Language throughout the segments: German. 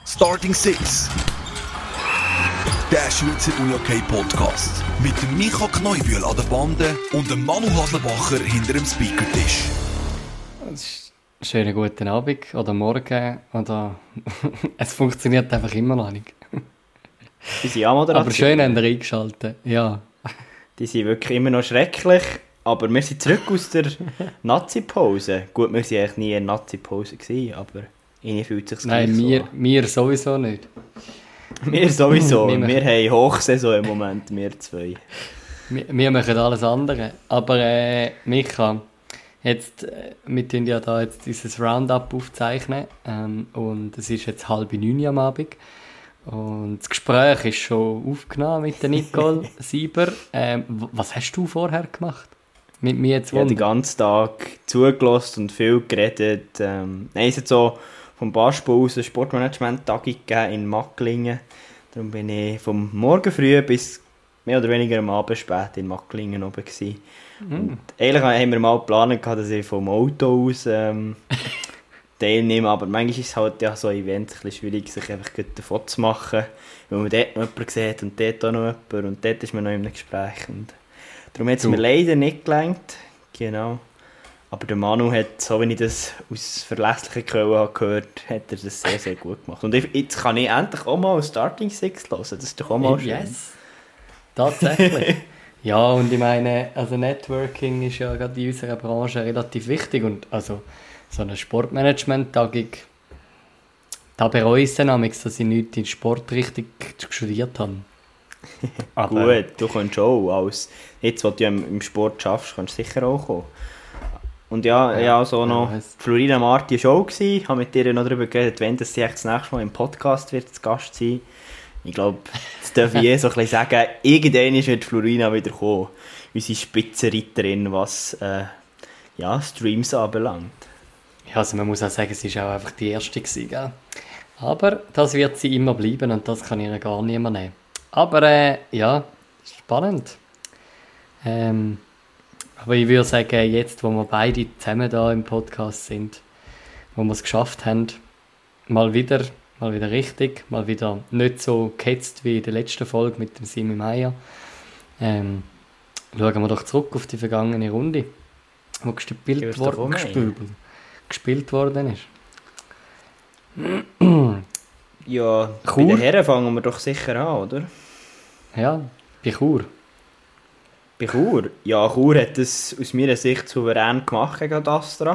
Starting Six. Der Schweizer Uni-OK-Podcast. Mit dem Micha Kneubühl an der Bande und dem Manu Haslebacher hinter dem Speakertisch. Schönen guten Abend oder Morgen oder es funktioniert einfach immer noch nicht. Unsere Anmoderation. Aber schön haben wir eingeschaltet, ja. Die sind wirklich immer noch schrecklich, aber wir sind zurück aus der Nazi-Pause. Gut, wir waren eigentlich nie in der Nazi-Pause, aber ihnen fühlt es sich Nein, so. wir sowieso nicht. Wir sowieso. Wir haben Hochsaison im Moment, wir zwei. Wir machen alles andere. Aber Micha, jetzt, wir tun ja da jetzt dieses Roundup aufzeichnen und es ist jetzt 8:30 am Abend. Und das Gespräch ist schon aufgenommen mit der Nicole Sieber. Was hast du vorher gemacht? Mit mir jetzt Ich habe den ganzen Tag zugelassen und viel geredet. Es hat so vom Basketball aus eine Sportmanagement-Tagung gegeben in Macklingen. Darum bin ich vom Morgen früh bis mehr oder weniger am Abend spät in Macklingen oben gewesen. Und eigentlich haben wir mal geplant, dass ich vom Auto aus teilnehme, aber manchmal ist es halt ja so ein Event ein bisschen schwierig, sich einfach davon zu machen, weil man dort noch jemanden sieht und dort auch noch jemanden und dort ist man noch in einem Gespräch. Und darum hat es mir leider nicht gelangt. Genau. Aber der Manu hat, so wie ich das aus verlässlichen Quellen habe gehört, hat er das sehr, sehr gut gemacht. Und jetzt kann ich endlich auch mal Starting Six hören. Das ist doch auch mal schön. Yes, tatsächlich. Ja, und ich meine, also Networking ist ja gerade in unserer Branche relativ wichtig und also so eine Sportmanagement-Tagung, da bereue ich es dann manchmal, dass ich nicht in Sport richtig studiert habe. Aber gut, du kannst auch, jetzt, wo du im Sport schaffst, kannst du sicher auch kommen. Und ja, so noch Florina Marti war auch gewesen. Ich habe mit ihr noch darüber geredet, wenn sie das nächste Mal im Podcast wird zu Gast sein. Ich glaube, das darf ich so ein bisschen sagen, irgendwann wird Florina wieder kommen. Unsere Spitzenreiterin, was Streams anbelangt. Ja, also man muss auch sagen, sie war auch einfach die Erste gewesen, gell? Aber das wird sie immer bleiben und das kann ihr gar niemand nehmen. Aber ja, spannend. Aber ich würde sagen, jetzt, wo wir beide zusammen da im Podcast sind, wo wir es geschafft haben, mal wieder richtig, mal wieder nicht so gehetzt wie in der letzten Folge mit dem Simi Meier, schauen wir doch zurück auf die vergangene Runde, wo gespielt worden ist. Ja, Chur? Bei den Herren fangen wir doch sicher an, oder? Ja, bei Chur. Bei Chur? Ja, Chur hat es aus meiner Sicht souverän gemacht gegen Ad Astra.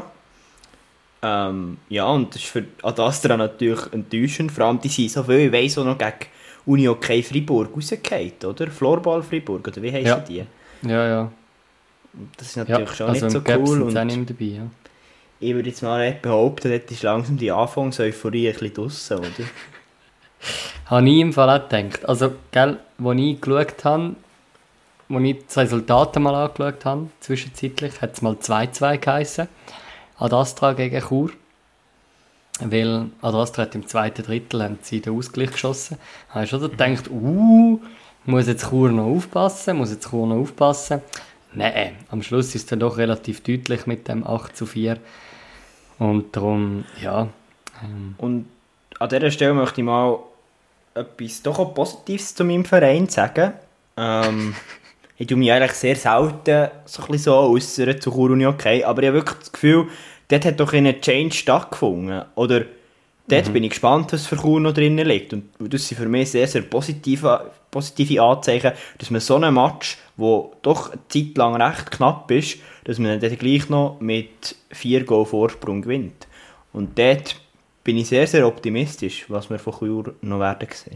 Ja, und das ist für Ad Astra natürlich enttäuschend. Vor allem, die sind so viel, ich weiss auch noch, gegen Uni-OK Freiburg rausgefallen, oder? Floorball Freiburg, oder wie heissen die? Ja. Das ist natürlich schon also nicht so Sind cool. Und auch nicht dabei, ja. ich würde jetzt mal behaupten, dort ist langsam die Anfangseuphorie ein bisschen draussen, oder? Habe ich im Fall auch gedacht. Also, gell, als ich geschaut habe, als ich das Resultat mal angeschaut habe, zwischenzeitlich, hat es mal 2-2 geheissen. Ad Astra gegen Chur. Weil Ad Astra hat im zweiten Drittel haben sie den Ausgleich geschossen. Da habe ich schon gedacht, muss jetzt Chur noch aufpassen? Nein, am Schluss ist es dann doch relativ deutlich mit dem 8:4. Und darum, ja. Und an dieser Stelle möchte ich mal etwas doch auch Positives zu meinem Verein sagen. Ich tue mich eigentlich sehr selten so ein bisschen so äußern zu Chur Uni OK, aber ich habe wirklich das Gefühl, dort hat doch ein Change stattgefunden. Oder dort bin ich gespannt, was für Chur noch drinnen liegt. Und das sind für mich sehr, sehr positive Anzeichen, dass man so einen Match, der doch eine Zeit lang recht knapp ist, dass man dann gleich noch mit 4 Goal Vorsprung gewinnt. Und dort bin ich sehr, sehr optimistisch, was wir von Chur noch werden sehen.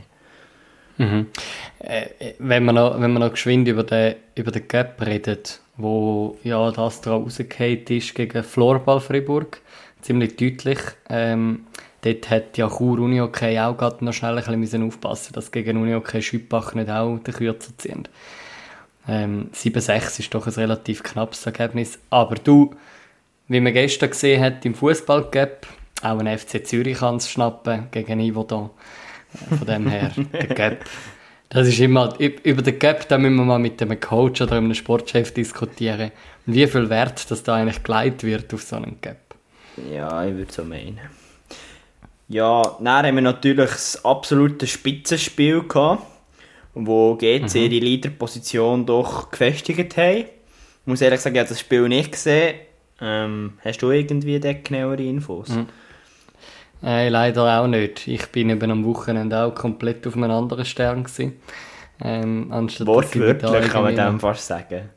Wenn man noch geschwind über den Gap redet, wo ja das Astra rausgefallen ist gegen Floorball Freiburg, ziemlich deutlich. Dort hat ja Chur Uni OK auch gerade noch schnell ein bisschen aufpassen, dass gegen Uni OK Schüppach nicht auch den Kürzer ziehen. 7-6 ist doch ein relativ knappes Ergebnis. Aber du, wie man gestern gesehen hat im Fußball-Gap, auch ein FC Zürich kann es schnappen gegen Ivo da. Von dem her, der Gap. Das ist immer, über den Gap, da müssen wir mal mit einem Coach oder einem Sportchef diskutieren. Und wie viel Wert das da eigentlich gelegt wird auf so einen Gap. Ja, ich würde so meinen. Ja, dann haben wir natürlich das absolute Spitzenspiel gehabt, wo GC ihre Leaderposition doch gefestigt haben. Ich muss ehrlich sagen, ich habe das Spiel nicht gesehen. Hast du irgendwie genauere Infos? Leider auch nicht. Ich bin eben am Wochenende auch komplett auf einem anderen Stern gewesen. Wortwörtlich kann man dem fast sagen.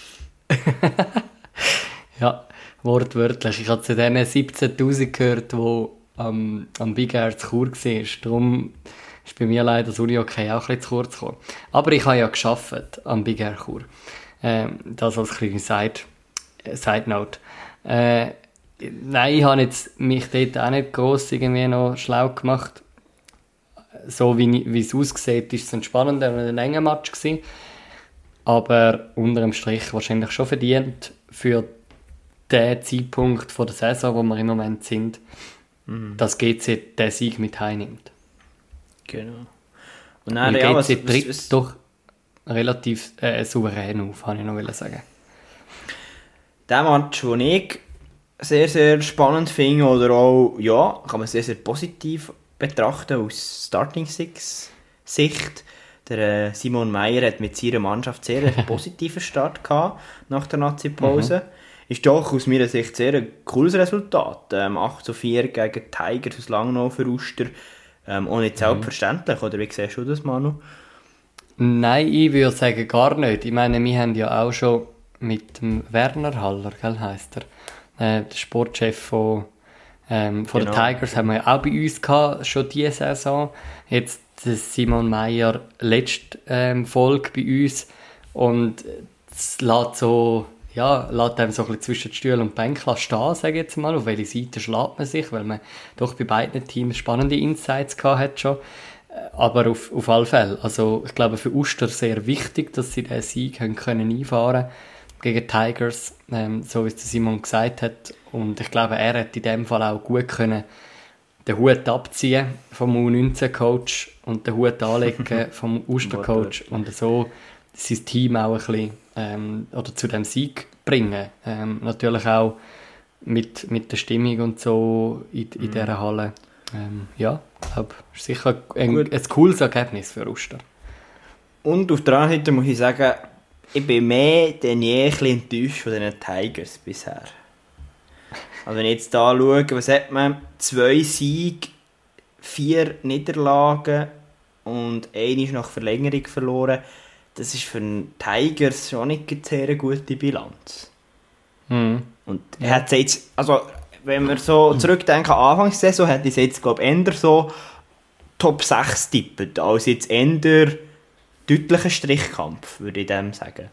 Ja, wortwörtlich. Ich habe zu den 17'000 gehört, die am Big Air zu Chur war. Darum ist bei mir leider das Uni-Hockey auch ein bisschen zu kurz gekommen. Aber ich habe ja gearbeitet am Big Air Chur. Das als kleine Side-Note. Nein, ich habe jetzt mich dort auch nicht gross irgendwie noch schlau gemacht. So wie es aussieht, war es ein spannender und ein enger Match gewesen. Aber unter dem Strich wahrscheinlich schon verdient für den Zeitpunkt von der Saison, wo wir im Moment sind, dass GC den Sieg mit heimnimmt. Genau. Und dann, ja, GC tritt doch relativ souverän auf, kann ich noch sagen. Der Match, den ich sehr, sehr spannend finde, oder auch, ja, kann man sehr, sehr positiv betrachten aus Starting Six Sicht. Der Simon Meyer hat mit seiner Mannschaft sehr einen positiven Start gehabt nach der Nazi-Pause. Ist doch aus meiner Sicht sehr ein cooles Resultat. 8:4 gegen Tigers aus Langnau für Uster. Auch nicht selbstverständlich, oder wie siehst du das, Manu? Nein, ich würde sagen gar nicht. Ich meine, wir haben ja auch schon mit dem Werner Haller, gell, heisst er, der Sportchef von den Tigers, haben wir ja auch bei uns gehabt, schon diese Saison. Jetzt Simon Meyer, letzte Folge bei uns. Und es lässt einem so ein bisschen zwischen den Stühlen und den Bänken stehen, sage ich jetzt mal. Auf welche Seite schlägt man sich, weil man doch bei beiden Teams spannende Insights gehabt hat schon. Aber auf alle Fälle. Also ich glaube für Uster sehr wichtig, dass sie diesen Sieg können einfahren gegen Tigers, so wie es Simon gesagt hat. Und ich glaube, er hat in dem Fall auch gut können den Hut abziehen vom U19-Coach und den Hut anlegen vom Uster-Coach und so sein Team auch ein bisschen oder zu dem Sieg bringen. Natürlich auch mit der Stimmung und so in dieser Halle. Ja, ich glaube, es ist sicher ein cooles Ergebnis für Uster. Und auf der anderen Seite muss ich sagen, ich bin mehr denn je ein bisschen enttäuscht von den Tigers bisher. Also wenn ich jetzt hier schaue, was hat man? 2 Siege, 4 Niederlagen und 1 nach Verlängerung verloren. Das ist für den Tigers schon nicht eine sehr gute Bilanz. Und er hat jetzt, also wenn wir so zurückdenken an Anfangssaison, hätte ich jetzt glaube ich eher so Top 6 tippet, als jetzt eher deutlicher Strichkampf, würde ich dem sagen.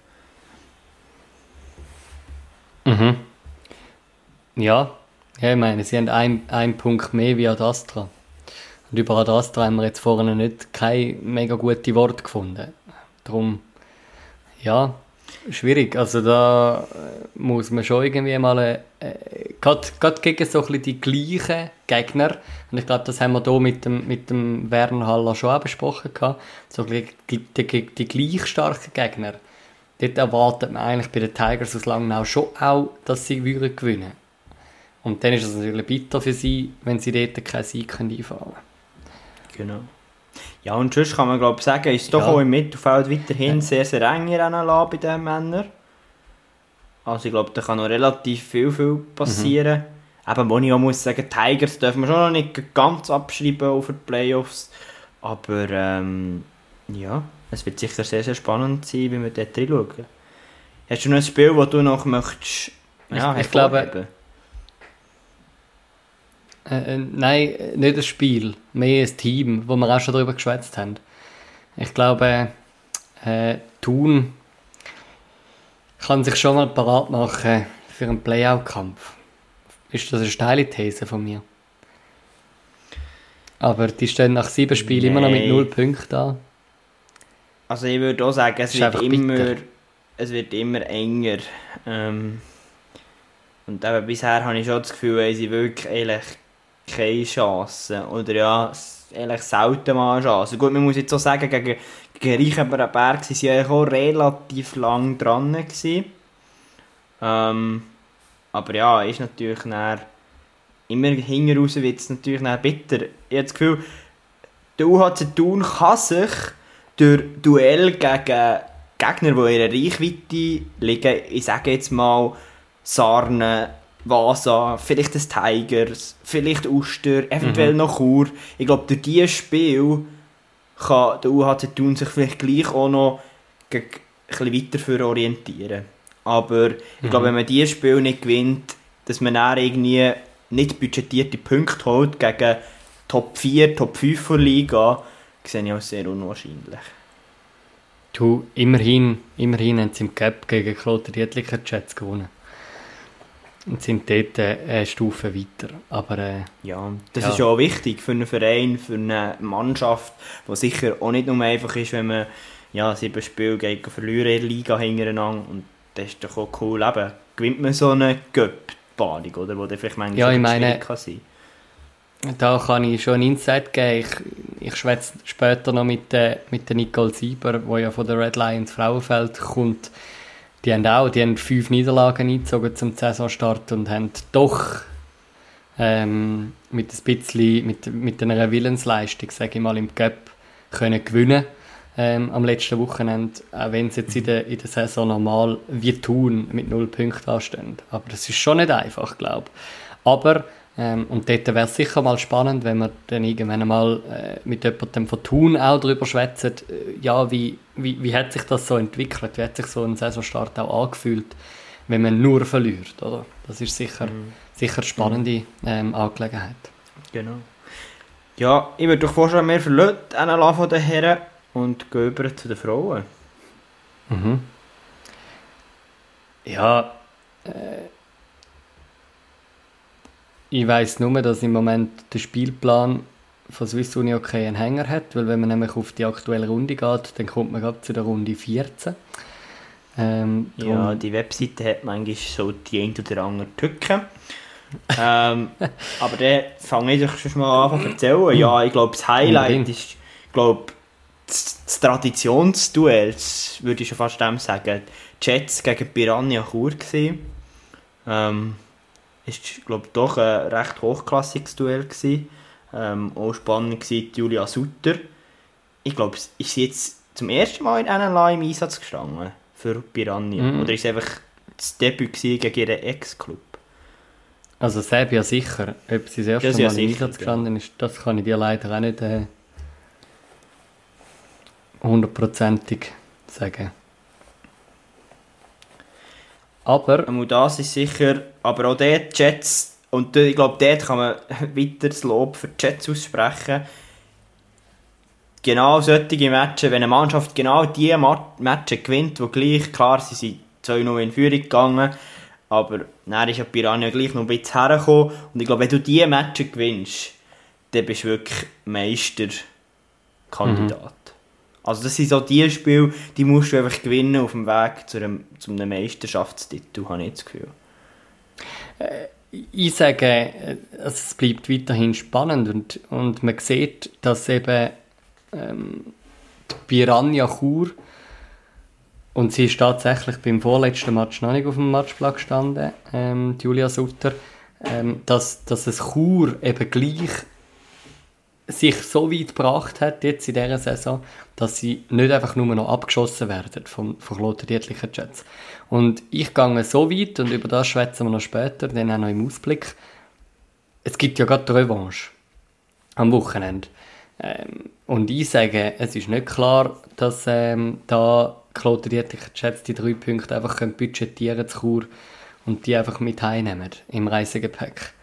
Ja, ich meine, sie haben einen Punkt mehr wie Ad Astra. Und über Ad Astra haben wir jetzt vorne nicht keine mega gute Worte gefunden. Darum, ja, schwierig. Also da muss man schon irgendwie mal, gerade gegen so ein bisschen die gleichen Gegner, und ich glaube, das haben wir hier mit dem Werner Haller schon auch besprochen gehabt, so die gleich starken Gegner, dort erwartet man eigentlich bei den Tigers aus Langnau schon auch, dass sie gewinnen würden. Und dann ist es natürlich bitter für sie, wenn sie dort keinen Sieg einfahren können. Genau. Ja, und sonst kann man glaube ich sagen, ist es doch auch im Mittelfeld weiterhin sehr, sehr eng bei den Männern. Also ich glaube, da kann noch relativ viel passieren. Eben, wo ich auch muss sagen, Tigers dürfen wir schon noch nicht ganz abschreiben auf die Playoffs. Aber ja, es wird sicher sehr, sehr spannend sein, wenn wir dort reinschauen. Hast du noch ein Spiel, das du noch möchtest ich glaube, nein, nicht ein Spiel, mehr ein Team, wo wir auch schon darüber geschwätzt haben. Ich glaube, Thun kann sich schon mal parat machen für einen Playout-Kampf. Ist das eine steile These von mir? Aber die stehen nach 7 Spielen immer noch mit 0 Punkten da. Also ich würde auch sagen, es wird immer enger. Und eben bisher habe ich schon das Gefühl, dass sie wirklich eigentlich keine Chance. Oder ja, eigentlich selten mal eine Chance. Gut, man muss jetzt auch sagen, gegen Reichenberg waren sie eigentlich auch relativ lang dran gewesen. Aber ja, ist natürlich dann immer hinten raus wird es natürlich dann bitter. Ich habe das Gefühl, der UHC Thun kann sich durch Duell gegen Gegner, die in ihrer Reichweite liegen, ich sage jetzt mal Sarnen, Vasa, vielleicht das Tigers, vielleicht Uster, eventuell noch Chur. Ich glaube, durch dieses Spiel kann der UHC Thun sich vielleicht gleich auch noch ein bisschen weiter für orientieren. Aber ich glaube, wenn man dieses Spiel nicht gewinnt, dass man dann irgendwie nicht budgetierte Punkte holt gegen Top 4, Top 5 der Liga, sehe ich auch sehr unwahrscheinlich. Du, immerhin haben sie im Cup gegen Kloten Dietliker Jets gewonnen. Und sind dort eine Stufe weiter. Aber, ja, das ist auch wichtig für einen Verein, für eine Mannschaft, die sicher auch nicht nur einfach ist, wenn man 7 Spiele gegen verlieren in der Liga hintereinander. Und das ist doch auch cool. Eben, gewinnt man so eine Cup-Paarung, oder? Wo dann vielleicht manchmal schwierig kann sein. Da kann ich schon einen Insight geben. Ich schwätze später noch mit der Nicole Sieber, die ja von der Red Lions Frauenfeld kommt. Die haben 5 Niederlagen eingezogen zum Saisonstart und haben doch mit einer Willensleistung, sage ich mal, im Cup können gewinnen am letzten Wochenende, auch wenn sie jetzt in der Saison normal wie Thun mit 0 Punkten anstehen. Aber das ist schon nicht einfach, glaube ich. Aber und dort wäre es sicher mal spannend, wenn wir dann irgendwann mal mit jemandem von Thun auch darüber schwätzen, wie hat sich das so entwickelt, wie hat sich so ein Saisonstart auch angefühlt, wenn man nur verliert, oder? Das ist sicher eine spannende Angelegenheit. Genau. Ja, ich würde doch vorschlagen, wir verlassen von den Herren und gehen über zu den Frauen. Ja, ich weiss nur, dass im Moment der Spielplan von Swiss Uni okay einen Hänger hat, weil wenn man nämlich auf die aktuelle Runde geht, dann kommt man gerade zu der Runde 14. Ja, die Webseite hat manchmal so die ein oder andere Tücken. Aber dann fange ich doch schon mal an zu erzählen. Ja, ich glaube, das Highlight ist, das Traditionsduell, würde ich schon fast sagen. Jets gegen Piranha Chur gewesen. Ist, glaube ich, doch ein recht hochklassiges Duell gewesen. Auch spannend war Julia Sutter. Ich glaube, ist sie jetzt zum ersten Mal in NLA im Einsatz gestanden für Piranha? Oder ist es einfach das Debüt gegen ihren Ex-Club? Also Serbia sicher. Ob sie das erste Mal im Einsatz gestanden ist, das kann ich dir leider auch nicht hundertprozentig sagen. Aber das ist sicher, aber auch dort Jets, und ich glaube, dort kann man weiter das Lob für die Jets aussprechen. Genau solche Matches, wenn eine Mannschaft genau diese Matches gewinnt, wo gleich, klar, sie sind 2-0 in Führung gegangen, aber dann ist ja Piranha gleich noch ein bisschen hergekommen. Und ich glaube, wenn du diese Matches gewinnst, dann bist du wirklich Meisterkandidat. Also das sind so die Spiele, die musst du einfach gewinnen auf dem Weg zu einem Meisterschaftstitel, habe ich das Gefühl. Ich sage, es bleibt weiterhin spannend und man sieht, dass eben die Piranha Chur, und sie ist tatsächlich beim vorletzten Match noch nicht auf dem Matchplan gestanden, Julia Sutter, dass es Chur eben gleich sich so weit gebracht hat jetzt in dieser Saison, dass sie nicht einfach nur noch abgeschossen werden von Kloten Dietliker Jets. Und ich gehe so weit, und über das schwätzen wir noch später, dann auch noch im Ausblick. Es gibt ja gerade die Revanche am Wochenende. Und ich sage, es ist nicht klar, dass da Kloten Dietliker Jets die 3 Punkte einfach budgetieren zu Chur und die einfach mit heimnehmen im Reisegepäck.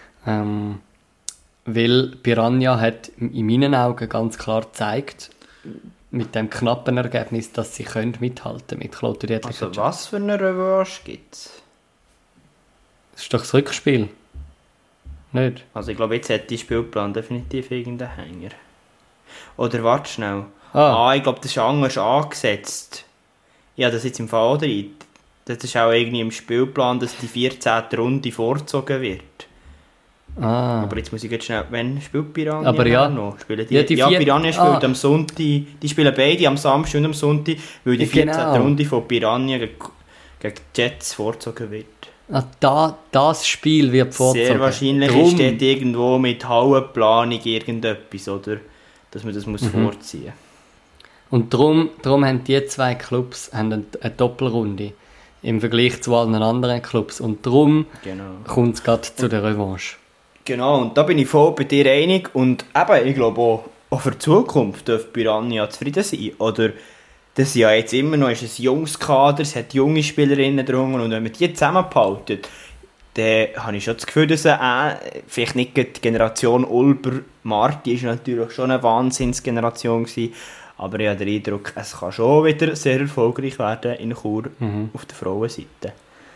Weil Piranha hat in meinen Augen ganz klar gezeigt, mit dem knappen Ergebnis, dass sie mithalten mit Kloten Dietliker. Also was für eine Revanche gibt es? Das ist doch das Rückspiel. Nicht? Also ich glaube, jetzt hat die Spielplan definitiv irgendeinen Hänger. Oder warte schnell. Ich glaube, das ist anders angesetzt. Ja, das jetzt im Fall oder das ist auch irgendwie im Spielplan, dass die 14. Runde vorgezogen wird. Aber jetzt muss ich jetzt schnell... Wann spielt Piranha noch? Spielen die? Piranha spielt am Sonntag. Die spielen beide am Samstag und am Sonntag, weil die 14. Runde von Piranha gegen Jets vorgezogen wird. Das Spiel wird vorgezogen. Sehr wahrscheinlich ist dort irgendwo mit Hallenplanung irgendetwas, oder? Dass man das muss vorziehen. Und darum haben die zwei Clubs eine Doppelrunde im Vergleich zu allen anderen Clubs. Und darum kommt es gerade zu der Revanche. Genau, und da bin ich voll bei dir einig. Und eben, ich glaube auch für die Zukunft dürfte Piranha zufrieden sein. Oder das ist ja jetzt immer noch ein junges Kader, es hat junge Spielerinnen drunter. Und wenn man die zusammenhalten, dann habe ich schon das Gefühl, dass vielleicht nicht die Generation Ulber-Marti ist natürlich schon eine Wahnsinnsgeneration gewesen. Aber ich habe den Eindruck, es kann schon wieder sehr erfolgreich werden in Chur auf der Frauenseite.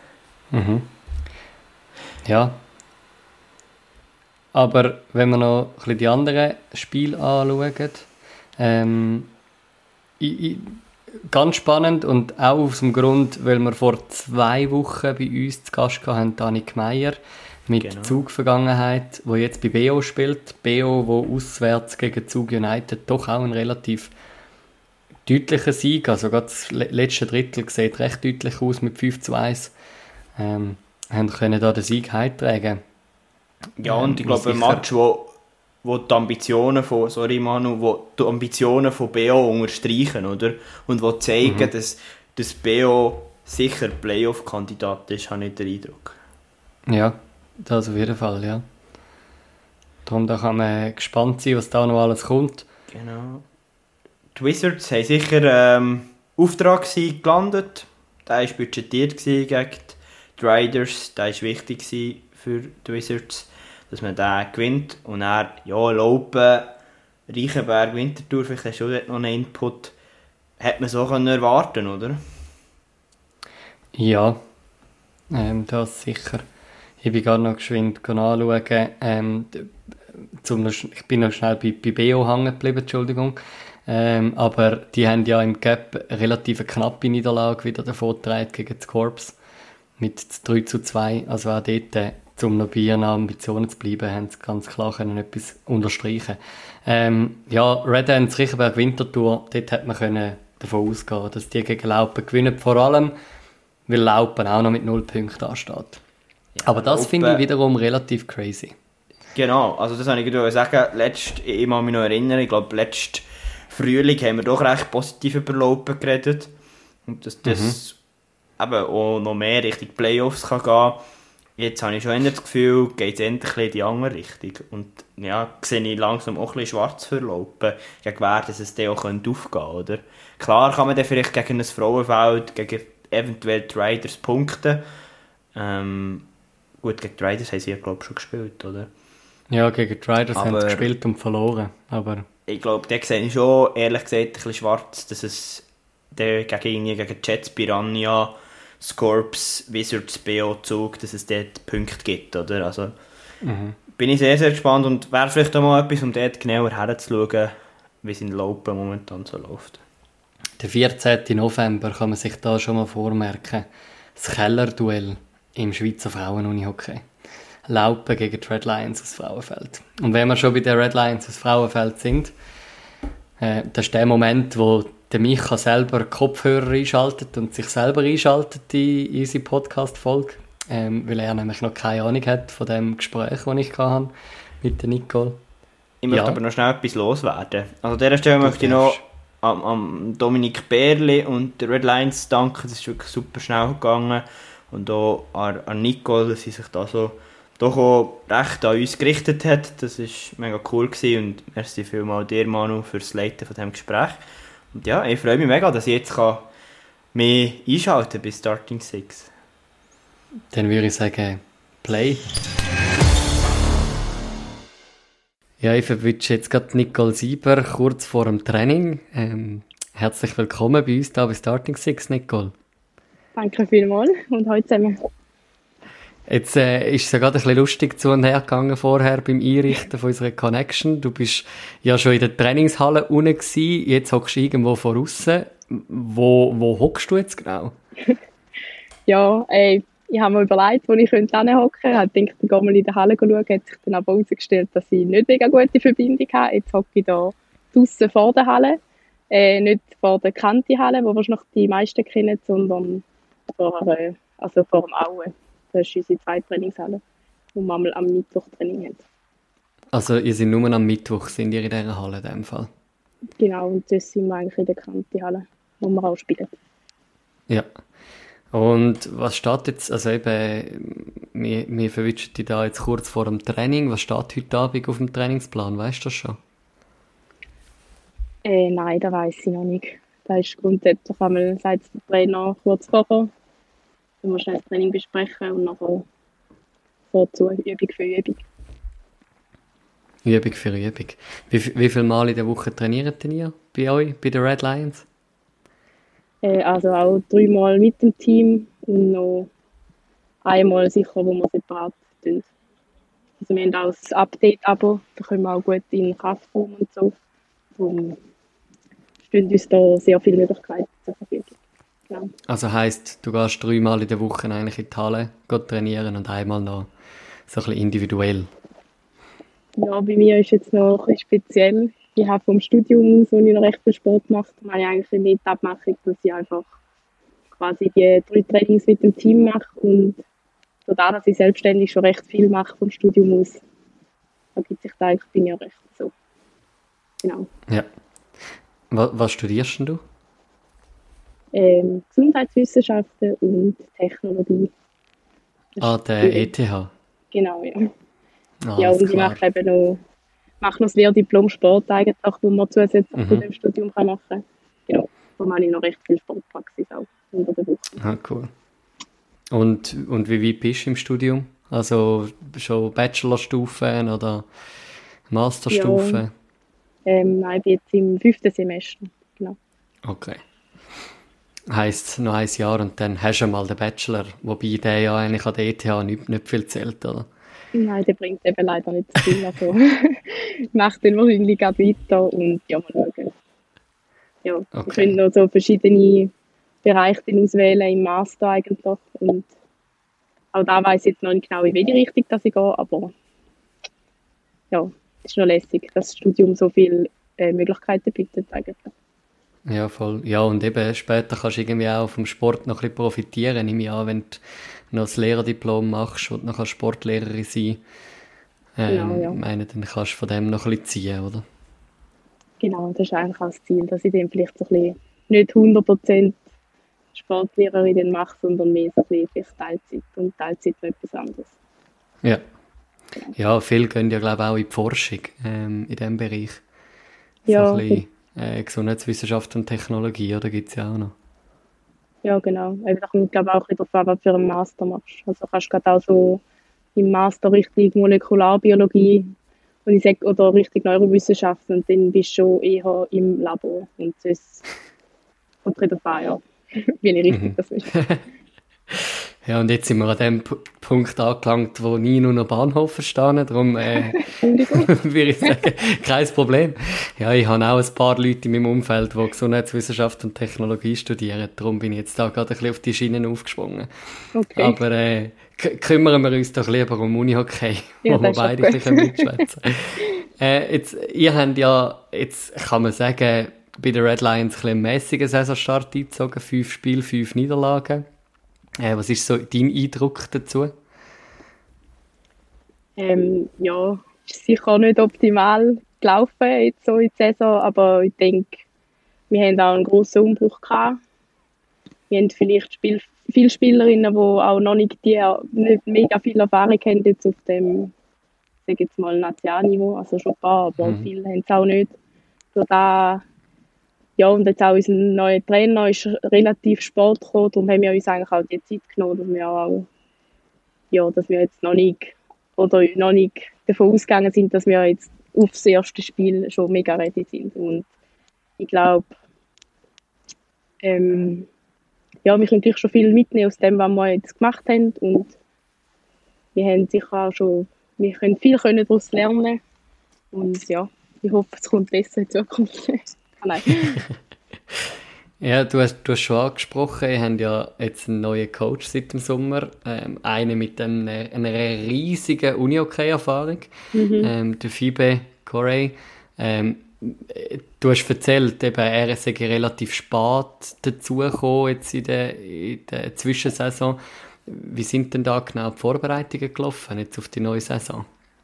Ja. Aber wenn wir noch ein bisschen die anderen Spiele anschauen, ganz spannend und auch aus dem Grund, weil wir vor 2 Wochen bei uns zu Gast hatten, Annik Meier mit Zug-Vergangenheit, wo jetzt bei BO spielt. BO, wo auswärts gegen Zug United doch auch ein relativ deutlicher Sieg, also gerade das letzte Drittel sieht recht deutlich aus mit 5:1, haben können da den Sieg heimtragen. Ja, und ich glaube, ein Match, wo die Ambitionen von, BO unterstreichen, oder? Und wo zeigen, dass BO sicher Playoff-Kandidat ist, habe ich den Eindruck. Ja, das auf jeden Fall, ja. Darum da kann man gespannt sein, was da noch alles kommt. Genau. Die Wizards haben sicher Auftrag gelandet. Der war budgetiert gegen die Riders. Der war wichtig für die Wizards, dass man den gewinnt. Und dann, Laupen, Reichenberg, Winterthur, vielleicht hast du dort noch einen Input. Hätte man so erwarten, oder? Ja, das sicher. Ich bin gerade noch geschwind anschauen. Ich bin noch schnell bei BO hängen geblieben, Entschuldigung. Aber die haben ja im Gap eine relativ knappe Niederlage wieder davongetragen gegen das Corps mit 3:2. Also auch dort, um noch bei ihren Ambitionen zu bleiben, haben sie ganz klar können etwas unterstreichen. Red Ants Reichenberg Winterthur, dort hätte man können davon ausgehen, dass die gegen Laupen gewinnen. Vor allem, weil Laupen auch noch mit 0 Punkten ansteht. Ja, aber das finde ich wiederum relativ crazy. Genau, also das wollte ich gerade sagen. Ich kann mich noch erinnern, ich glaube, letzten Frühling haben wir doch recht positiv über Laupen geredet. Und dass das eben auch noch mehr Richtung Playoffs kann gehen. Jetzt habe ich schon das Gefühl, geht es endlich in die andere Richtung. Und ja, sehe ich langsam auch ein bisschen schwarz für Laupen, gegen wer dass es dann auch aufgehen könnte, oder? Klar kann man dann vielleicht gegen ein Frauenfeld, gegen eventuell die Riders punkten. Gut, gegen die Riders haben sie ja, glaube ich, schon gespielt, oder? Ja, gegen die Riders haben sie gespielt und verloren, aber... Ich glaube, da sehe ich schon, ehrlich gesagt, ein bisschen schwarz, dass es gegen Jets, Piranha, Scorps, Wizards, BO, Zug, dass es dort Punkte gibt, oder? Also, bin ich sehr, sehr gespannt und wäre vielleicht auch mal etwas, um dort genauer herzuschauen, wie es in Laupen momentan so läuft. Der 14. November kann man sich da schon mal vormerken. Das Kellerduell im Schweizer Frauen-Unihockey. Laupen gegen die Red Lions aus Frauenfeld. Und wenn wir schon bei den Red Lions aus Frauenfeld sind, das ist der Moment, wo der Micha selber Kopfhörer einschaltet und sich selber einschaltet in unsere Podcast-Folge, weil er nämlich noch keine Ahnung hat von dem Gespräch, das ich hatte mit der Nicole. Ich möchte aber noch schnell etwas loswerden. Also an dieser Stelle möchte ich noch am Dominik Bärli und der Red Lions danken. Das ist wirklich super schnell gegangen. Und auch an Nicole, dass sie sich da so doch auch recht an uns gerichtet hat. Das war mega cool gewesen. Und merci vielmals dir, Manu, für das Leiten von diesem Gespräch. Und ja, ich freue mich mega, dass ich jetzt mehr einschalten kann bis Starting 6. Dann würde ich sagen, Play. Ja, ich verwünsche jetzt gerade Nicole Sieber kurz vor dem Training. Herzlich willkommen bei uns hier bei Starting 6, Nicole. Danke vielmals und heute zusammen. Jetzt ist es ja gerade ein bisschen lustig zu und her gegangen vorher beim Einrichten von unserer Connection. Du bist ja schon in der Trainingshalle unten gewesen, jetzt hockst du irgendwo von aussen. Wo hockst du jetzt genau? Ja, ich habe mir überlegt, wo ich hocken könnte. Ich habe gedacht, ich gehe mal in der Halle schauen. Hat sich dann aber herausgestellt, dass ich nicht mega gute Verbindung habe. Jetzt hocke ich hier draussen vor der Halle. Nicht vor der Kanti-Halle, wo wahrscheinlich die meisten kennen, sondern vor dem Aue. das ist unsere zweite Trainingshalle, wo wir einmal am Mittwoch Training haben. Also ihr seid nur am Mittwoch, sind ihr in dieser Halle in dem Fall? Genau, und das sind wir eigentlich in der Kanti-Halle, wo wir auch spielen. Ja. Und was steht jetzt, also eben, wir verwischen dich da jetzt kurz vor dem Training. Was steht heute Abend auf dem Trainingsplan? Weißt du das schon? Nein, das weiss ich noch nicht. Da ist grundsätzlich einmal, sagt der Trainer kurz vorher, wenn wir schnell das Training besprechen und nachher vorzu Übung für Übung. Übung für Übung. Wie viele Mal in der Woche trainiert ihr bei euch, bei den Red Lions? Also auch 3 Mal mit dem Team und noch einmal sicher, wo wir separat tun. Also wir haben auch das Update-Abo, da können wir auch gut in den Kraftraum und so. Darum stehen uns da sehr viele Möglichkeiten zur Verfügung. Genau. Also heisst, du gehst 3 Mal in der Woche eigentlich in die Halle trainieren und einmal noch so ein bisschen individuell. Ja, bei mir ist jetzt noch ein bisschen speziell. Ich habe vom Studium aus, wo ich noch recht viel Sport gemacht habe, habe ich eigentlich nicht die Abmachung, dass ich einfach quasi die 3 Trainings mit dem Team mache und dadurch, dass ich selbstständig schon recht viel mache vom Studium aus, ergibt sich da eigentlich bei mir recht so. Genau. Ja. Was studierst denn du? Gesundheitswissenschaften und Technologie. Der ETH? Genau, ja. Ah, Ja, und ich mache eben noch das Lehrdiplom Sport eigentlich, wo man zusätzlich zu dem Studium machen kann. Genau, da mache ich noch recht viel Sportpraxis auch unter der Woche. Ah, cool. Und wie weit bist du im Studium? Also schon Bachelorstufe oder Masterstufe? Ja, ich bin jetzt im 5. Semester, genau. Okay. Heisst noch ein Jahr und dann hast du mal den Bachelor, wobei der ja eigentlich an der ETH nicht viel zählt, oder? Nein, der bringt eben leider nicht so viel. Also, ich mache dann wahrscheinlich gerade weiter und ja, mal schauen. Ja, okay. Ich könnte noch so verschiedene Bereiche auswählen im Master eigentlich. Und auch da weiss ich jetzt noch nicht genau, in welche Richtung dass ich gehe, aber ja, es ist noch lässig, dass das Studium so viele Möglichkeiten bietet eigentlich. Ja, voll. Ja, und eben später kannst du irgendwie auch vom Sport noch ein bisschen profitieren, nehme ich an, wenn du noch das Lehrerdiplom machst und noch Sportlehrerin sein. Genau, ja. Ich meine, dann kannst du von dem noch ein bisschen ziehen, oder? Genau, das ist eigentlich auch das Ziel, dass ich dann vielleicht so ein bisschen nicht 100% Sportlehrerin mache, sondern mehr so ein bisschen vielleicht Teilzeit und Teilzeit noch etwas anderes. Ja. Ja, viele gehen ja, glaube ich, auch in die Forschung in diesem Bereich. Ja, so ein bisschen Gesundheitswissenschaft und Technologie, oder gibt es ja auch noch? Ja, genau. Eben, da kommt, glaube ich, auch wieder darauf an, was du für einen Master machst. Also kannst du gerade auch so im Master Richtung Molekularbiologie und ich sage, oder Richtung Neurowissenschaften und dann bist du schon eher im Labor. Und das kommt darauf an, ja, wie ich richtig das ist. Ja, und jetzt sind wir an dem Punkt angelangt, wo nie nur noch Bahnhof verstehen. Darum würde ich sagen, kein Problem. Ja, ich habe auch ein paar Leute in meinem Umfeld, die Gesundheitswissenschaft und Technologie studieren. Darum bin ich jetzt da gerade ein bisschen auf die Schienen aufgesprungen. Okay. Aber kümmern wir uns doch lieber um Unihockey, ja, wo wir beide ein bisschen mitschwätzen können. Ihr habt ja, jetzt kann man sagen, bei den Red Lions ein bisschen einen mässigen Saisonstart eingezogen. 5 Spiele, 5 Niederlagen. Was ist so dein Eindruck dazu? Ja, ist sicher nicht optimal gelaufen jetzt so in der Saison, aber ich denke, wir haben auch einen grossen Umbruch gehabt. Wir haben vielleicht viele Spielerinnen, die auch noch nicht mega viel Erfahrung haben jetzt auf dem, ich sage jetzt mal, Nationalniveau, also schon ein paar, aber viele haben es auch nicht. Ja, und jetzt auch unser neuer Trainer ist relativ spät gekommen, darum haben wir uns eigentlich auch die Zeit genommen, dass wir jetzt noch nicht davon ausgegangen sind, dass wir jetzt aufs erste Spiel schon mega ready sind. Und ich glaube, wir können gleich schon viel mitnehmen aus dem, was wir jetzt gemacht haben. Und wir haben sicher auch schon, wir können viel daraus lernen. Und ja, ich hoffe, es kommt besser in Zukunft. Nein. Ja, du hast schon angesprochen, ihr habt ja jetzt einen neuen Coach seit dem Sommer, einen mit einer riesigen Uni-Hockey-Erfahrung, der Fibe Corey. Du hast erzählt, eben, er sei relativ spät dazugekommen jetzt in der Zwischensaison. Wie sind denn da genau die Vorbereitungen gelaufen, jetzt auf die neue Saison?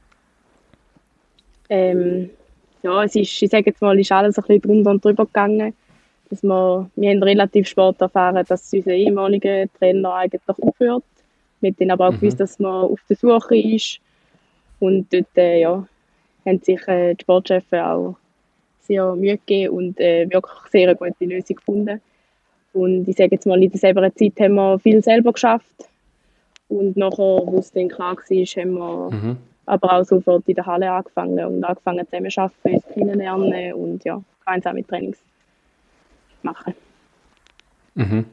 Ja, es ist, ich sage jetzt mal, ist alles ein bisschen drunter und drüber gegangen. Dass wir haben relativ spät erfahren, dass unser ehemaliger Trainer eigentlich aufhört. Wir haben dann aber auch gewusst, dass man auf der Suche ist. Und dort ja, haben sich die Sportchefs auch sehr Mühe gegeben und wirklich sehr eine gute Lösung gefunden. Und ich sage jetzt mal, in der selben Zeit haben wir viel selber geschafft. Und nachher, wo es dann klar war, haben wir aber auch sofort in der Halle angefangen und angefangen zusammen zu arbeiten, uns kennenlernen und ja, gemeinsame Trainings machen. Mhm.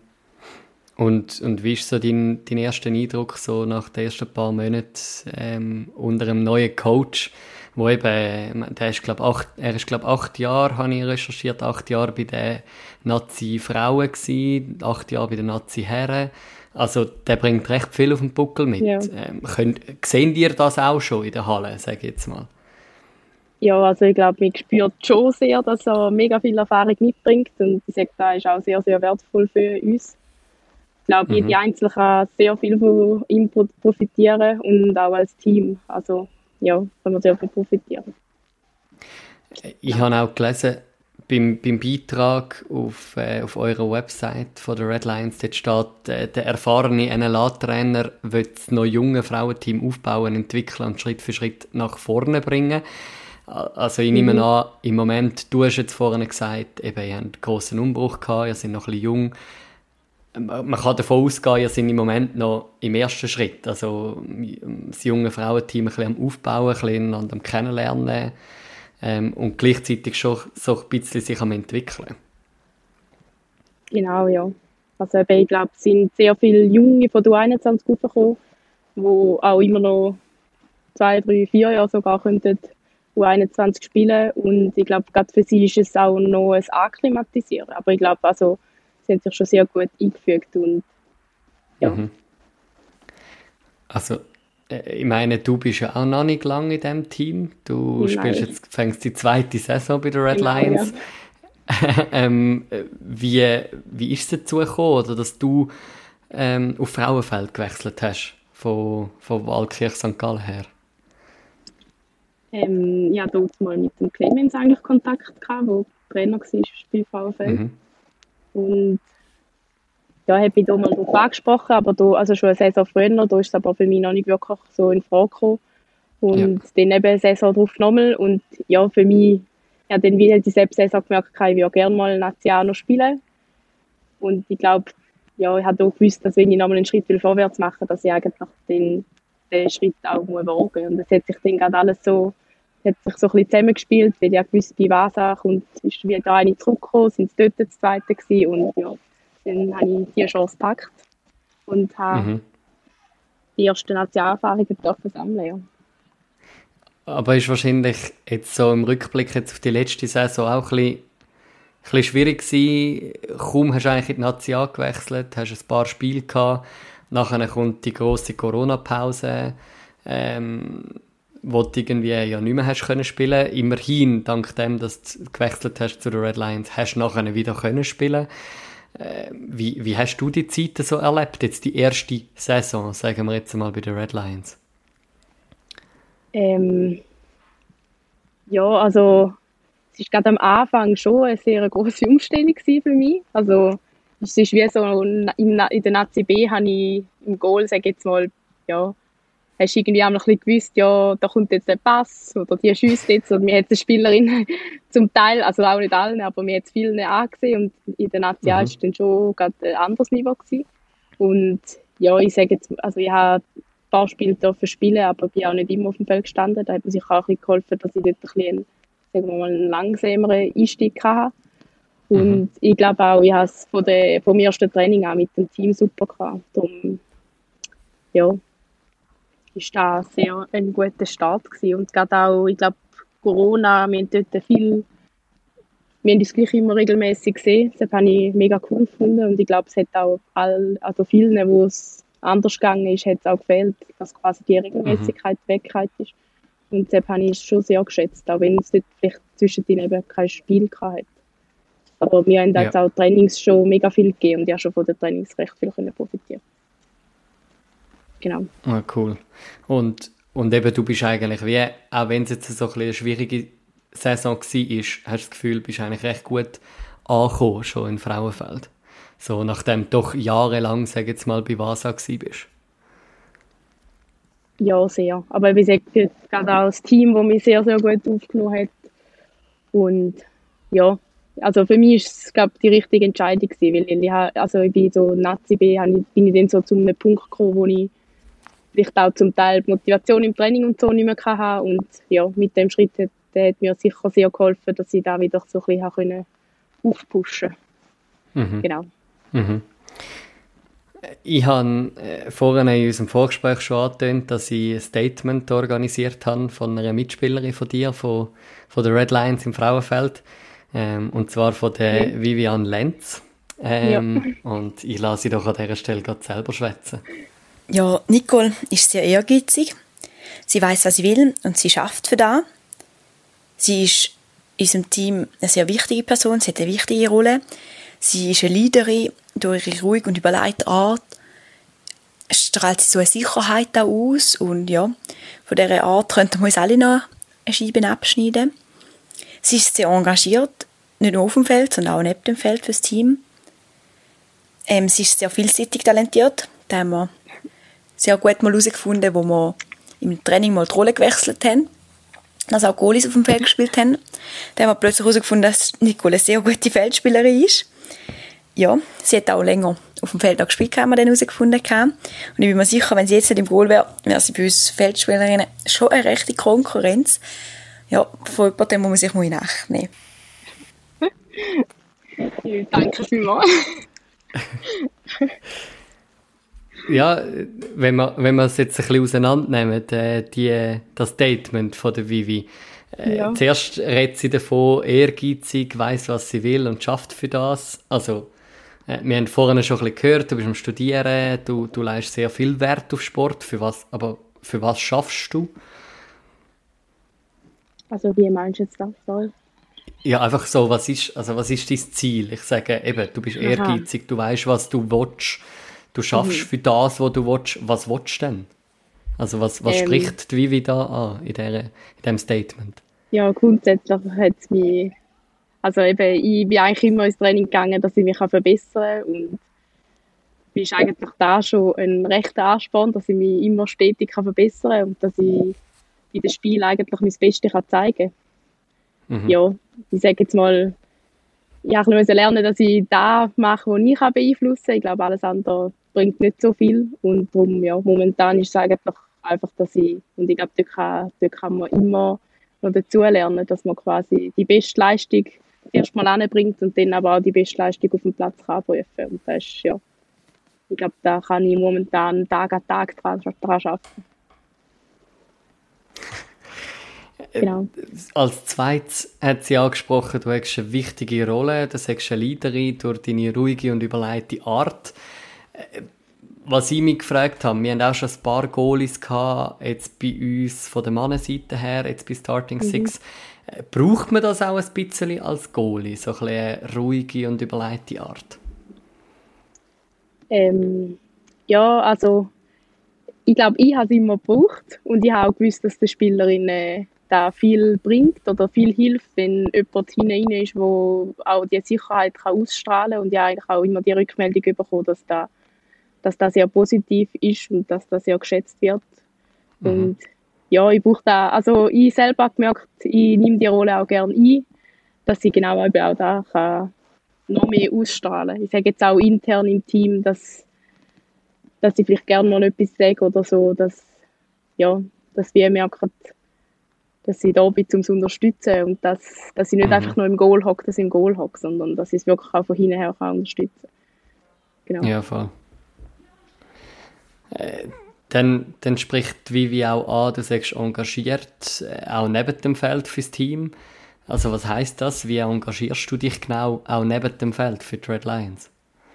Und wie ist so dein erster Eindruck so nach den ersten paar Monaten unter einem neuen Coach, wo eben, der ist glaube 8 Jahre, habe ich recherchiert, 8 Jahre bei den Nazi-Frauen gewesen, 8 Jahre bei den Nazi-Herren. Also der bringt recht viel auf den Buckel mit. Ja. Sehen ihr das auch schon in der Halle, sage ich jetzt mal? Ja, also ich glaube, man spürt schon sehr, dass er mega viel Erfahrung mitbringt und ich sage, das ist auch sehr, sehr wertvoll für uns. Ich glaube, jede Einzelne kann sehr viel von ihm profitieren und auch als Team. Also ja, kann man sehr viel profitieren. Ich habe auch gelesen, beim Beitrag auf eurer Website von der Red Lions, dort steht, der erfahrene NLA-Trainer will das noch junge Frauenteam aufbauen, entwickeln und Schritt für Schritt nach vorne bringen. Also ich nehme an, im Moment, du hast jetzt vorhin gesagt, eben, ihr habt einen grossen Umbruch gehabt, ihr seid noch ein bisschen jung. Man kann davon ausgehen, ihr seid im Moment noch im ersten Schritt. Also das junge Frauenteam ein bisschen am Aufbauen, ein bisschen einander am Kennenlernen. Und gleichzeitig schon so ein bisschen sich am entwickeln. Genau, ja. Also ich glaube, es sind sehr viele Junge von der U21 aufgekommen, die auch immer noch 2, 3, 4 Jahre sogar könnten U21 spielen. Und ich glaube, gerade für sie ist es auch noch ein Akklimatisieren. Aber ich glaube, also, sie haben sich schon sehr gut eingefügt. Und, ja. Also, ich meine, du bist ja auch noch nicht lange in diesem Team. Du fängst die zweite Saison bei den Red Lions. Ja. Wie ist es dazu gekommen, oder dass du auf Frauenfeld gewechselt hast, von Waldkirch St. Gallen her? Ich hatte dort mal mit dem Clemens eigentlich Kontakt gehabt, der Trainer war bei Frauenfeld. Und ja, habe ich da mal drauf angesprochen, aber da, also schon eine Saison früher, da ist es aber für mich noch nicht wirklich so in Frage gekommen. Und dann eben eine Saison drauf nochmal. Und ja, für mich, ja, dann wieder dieselbe Saison gemerkt, ich würde gerne mal National spielen. Und ich glaube, ja, ich habe auch gewusst, dass wenn ich nochmal einen Schritt vorwärts machen will, dass ich eigentlich den Schritt auch wagen muss. Und das hat sich dann gerade alles so, hat sich so ein bisschen zusammengespielt, weil ich gewusst, bei Wasach und ist wieder eine zurückgekommen, sind dort das Zweite gewesen. Und ja, dann habe ich die Chance gepackt und habe die ersten Nationalerfahrungen sammeln. Ja. Aber ist wahrscheinlich jetzt so im Rückblick jetzt auf die letzte Saison auch ein bisschen schwierig gewesen. Kaum hast du eigentlich in die Nazi gewechselt, hast ein paar Spiele gehabt. Nachher kommt die grosse Corona-Pause, wo du irgendwie ja nicht mehr hast können spielen. Immerhin, dank dem, dass du gewechselt hast zu den Red Lions, hast du nachher wieder können spielen. Wie hast du die Zeit so erlebt, jetzt die erste Saison, sagen wir jetzt mal bei den Red Lions? Ja, also es war gerade am Anfang schon eine sehr grosse Umstellung für mich. Also es ist wie so, in der Nazi B habe ich im Goal, sage ich jetzt mal, ja, hast du irgendwie auch noch ein bisschen gewusst, ja, da kommt jetzt der Pass oder die schießt jetzt. Und mir hat die Spielerin zum Teil, also auch nicht allen, aber mir hat es vielen angesehen. Und in der Nazi war es dann schon gerade ein anderes Niveau gewesen. Und ja, ich sage jetzt, also ich habe ein paar Spiele spielen, aber bin auch nicht immer auf dem Feld gestanden. Da hat mir sicher auch ein bisschen geholfen, dass ich dort ein bisschen, sagen wir mal, einen langsameren Einstieg hatte. Und ich glaube auch, ich habe es vom ersten Training an mit dem Team super gehabt. Darum, ja, ist das sehr ein guter Start gewesen. Und gerade auch, ich glaube, Corona, wir haben dort wir haben uns gleich immer regelmäßig gesehen. Das habe ich mega cool gefunden. Und ich glaube, es hat auch also vielen, wo es anders gegangen ist, hat es auch gefehlt, dass quasi die Regelmäßigkeit Wegkeit ist. Und das habe ich schon sehr geschätzt, auch wenn es dort vielleicht zwischendrin eben kein Spiel hatte. Aber wir haben jetzt auch Trainings schon mega viel gegeben und ich habe schon von den Trainings recht viel profitieren. Genau. Ah, cool. Und eben, du bist eigentlich wie, auch wenn es jetzt so ein bisschen eine schwierige Saison war, hast du das Gefühl, bist eigentlich recht gut angekommen, schon in Frauenfeld. So, nachdem du doch jahrelang, sag ich jetzt mal, bei Vasa bist. Ja, sehr. Aber wie gesagt, jetzt gerade auch das Team, das mich sehr, sehr gut aufgenommen hat. Und ja, also für mich ist es, glaube ich, die richtige Entscheidung gewesen, weil ich bin so Nazi bin ich dann so zu einem Punkt gekommen, wo ich vielleicht auch zum Teil die Motivation im Training und so nicht mehr hatte. Und ja, mit dem Schritt der hat mir sicher sehr geholfen, dass ich da wieder so ein bisschen aufpushen konnte. Mhm. Genau. Mhm. Ich habe vorhin in unserem Vorgespräch schon angetönt, dass ich ein Statement organisiert habe von einer Mitspielerin von dir, von den Red Lions im Frauenfeld. Und zwar von der Vivian Lenz. Und ich lasse sie doch an dieser Stelle gerade selber schwätzen. Ja, Nicole ist sehr ehrgeizig. Sie weiß, was sie will und sie schafft für das. Sie ist in unserem Team eine sehr wichtige Person, sie hat eine wichtige Rolle. Sie ist eine Leaderin, durch ihre ruhige und überlegte Art strahlt sie so eine Sicherheit auch aus. Und ja, von dieser Art könnten wir uns alle noch eine Scheibe abschneiden. Sie ist sehr engagiert, nicht nur auf dem Feld, sondern auch neben dem Feld für das Team. Sie ist sehr vielseitig talentiert. Da haben wir sehr gut mal herausgefunden, wo wir im Training mal die Rolle gewechselt haben. Dass auch Goalies auf dem Feld gespielt haben. Da haben wir plötzlich herausgefunden, dass Nicole eine sehr gute Feldspielerin ist. Ja, sie hat auch länger auf dem Feld auch gespielt, haben wir dann herausgefunden. Und ich bin mir sicher, wenn sie jetzt nicht im Goal wäre, wäre sie bei uns Feldspielerinnen schon eine rechte Konkurrenz. Ja, von jemandem muss man sich mal in Acht nehmen. Danke vielmals. Ja, wenn wir es jetzt ein bisschen auseinandernehmen, das Statement von der Vivi. Ja. Zuerst redet sie davon, ehrgeizig, weiss, was sie will und schafft für das. Also, wir haben vorhin schon ein bisschen gehört, du bist am Studieren, du leistest sehr viel Wert auf Sport. Aber für was schaffst du? Also wie meinst du jetzt das? Sorry. Ja, einfach so, was ist dein Ziel? Ich sage eben, du bist ehrgeizig, du weißt, was du willst. Du schaffst für das, was du willst. Was willst du denn? Also was spricht die Vivi da an in diesem Statement? Ja, grundsätzlich hat es mich... Also eben, ich bin eigentlich immer ins Training gegangen, dass ich mich verbessern kann. Und ist eigentlich da schon ein rechter Ansporn, dass ich mich immer stetig verbessern kann und dass ich in dem Spiel eigentlich mein Bestes zeigen kann. Mhm. Ja, ich sage jetzt mal, ich musste lernen, dass ich das mache, was ich beeinflussen kann. Ich glaube, alles andere bringt nicht so viel. Und darum, ja, momentan ist es eigentlich einfach, dass und ich glaube, dort kann man immer noch dazu lernen, dass man quasi die beste Leistung erstmal anbringt und dann aber auch die beste Leistung auf dem Platz kann abrufen. Und das ist, ja, ich glaube, da kann ich momentan Tag an Tag dran arbeiten. Genau. Als zweites hat sie angesprochen, du hast eine wichtige Rolle, du sagst eine Leaderin durch deine ruhige und überlegte Art. Was ich mich gefragt habe, wir haben auch schon ein paar Goalies gehabt, jetzt bei uns von der Mannenseite her, jetzt bei Starting Six. Braucht man das auch ein bisschen als Goalie, so ein bisschen eine ruhige und überlegte Art? Ja, also ich glaube, ich habe es immer gebraucht und ich habe auch gewusst, dass der Spielerin da viel bringt oder viel hilft, wenn jemand hinein ist, der auch die Sicherheit ausstrahlen kann. Und ich habe eigentlich auch immer die Rückmeldung bekommen, dass das sehr positiv ist und dass das sehr geschätzt wird. Und ja, ich brauche da, also ich selber habe gemerkt, ich nehme die Rolle auch gerne ein, dass ich genau eben auch da kann noch mehr ausstrahlen kann. Ich sage jetzt auch intern im Team, dass ich vielleicht gerne mal etwas sage oder so, dass wir merken, dass ich da bin, um zu unterstützen und dass ich nicht einfach nur im Goal hocke, sondern dass ich es wirklich auch von hinten her kann unterstützen kann. Genau. Ja, voll. Dann spricht Vivi auch an, du sagst engagiert, auch neben dem Feld fürs Team. Also was heisst das? Wie engagierst du dich genau auch neben dem Feld für die Red Lions?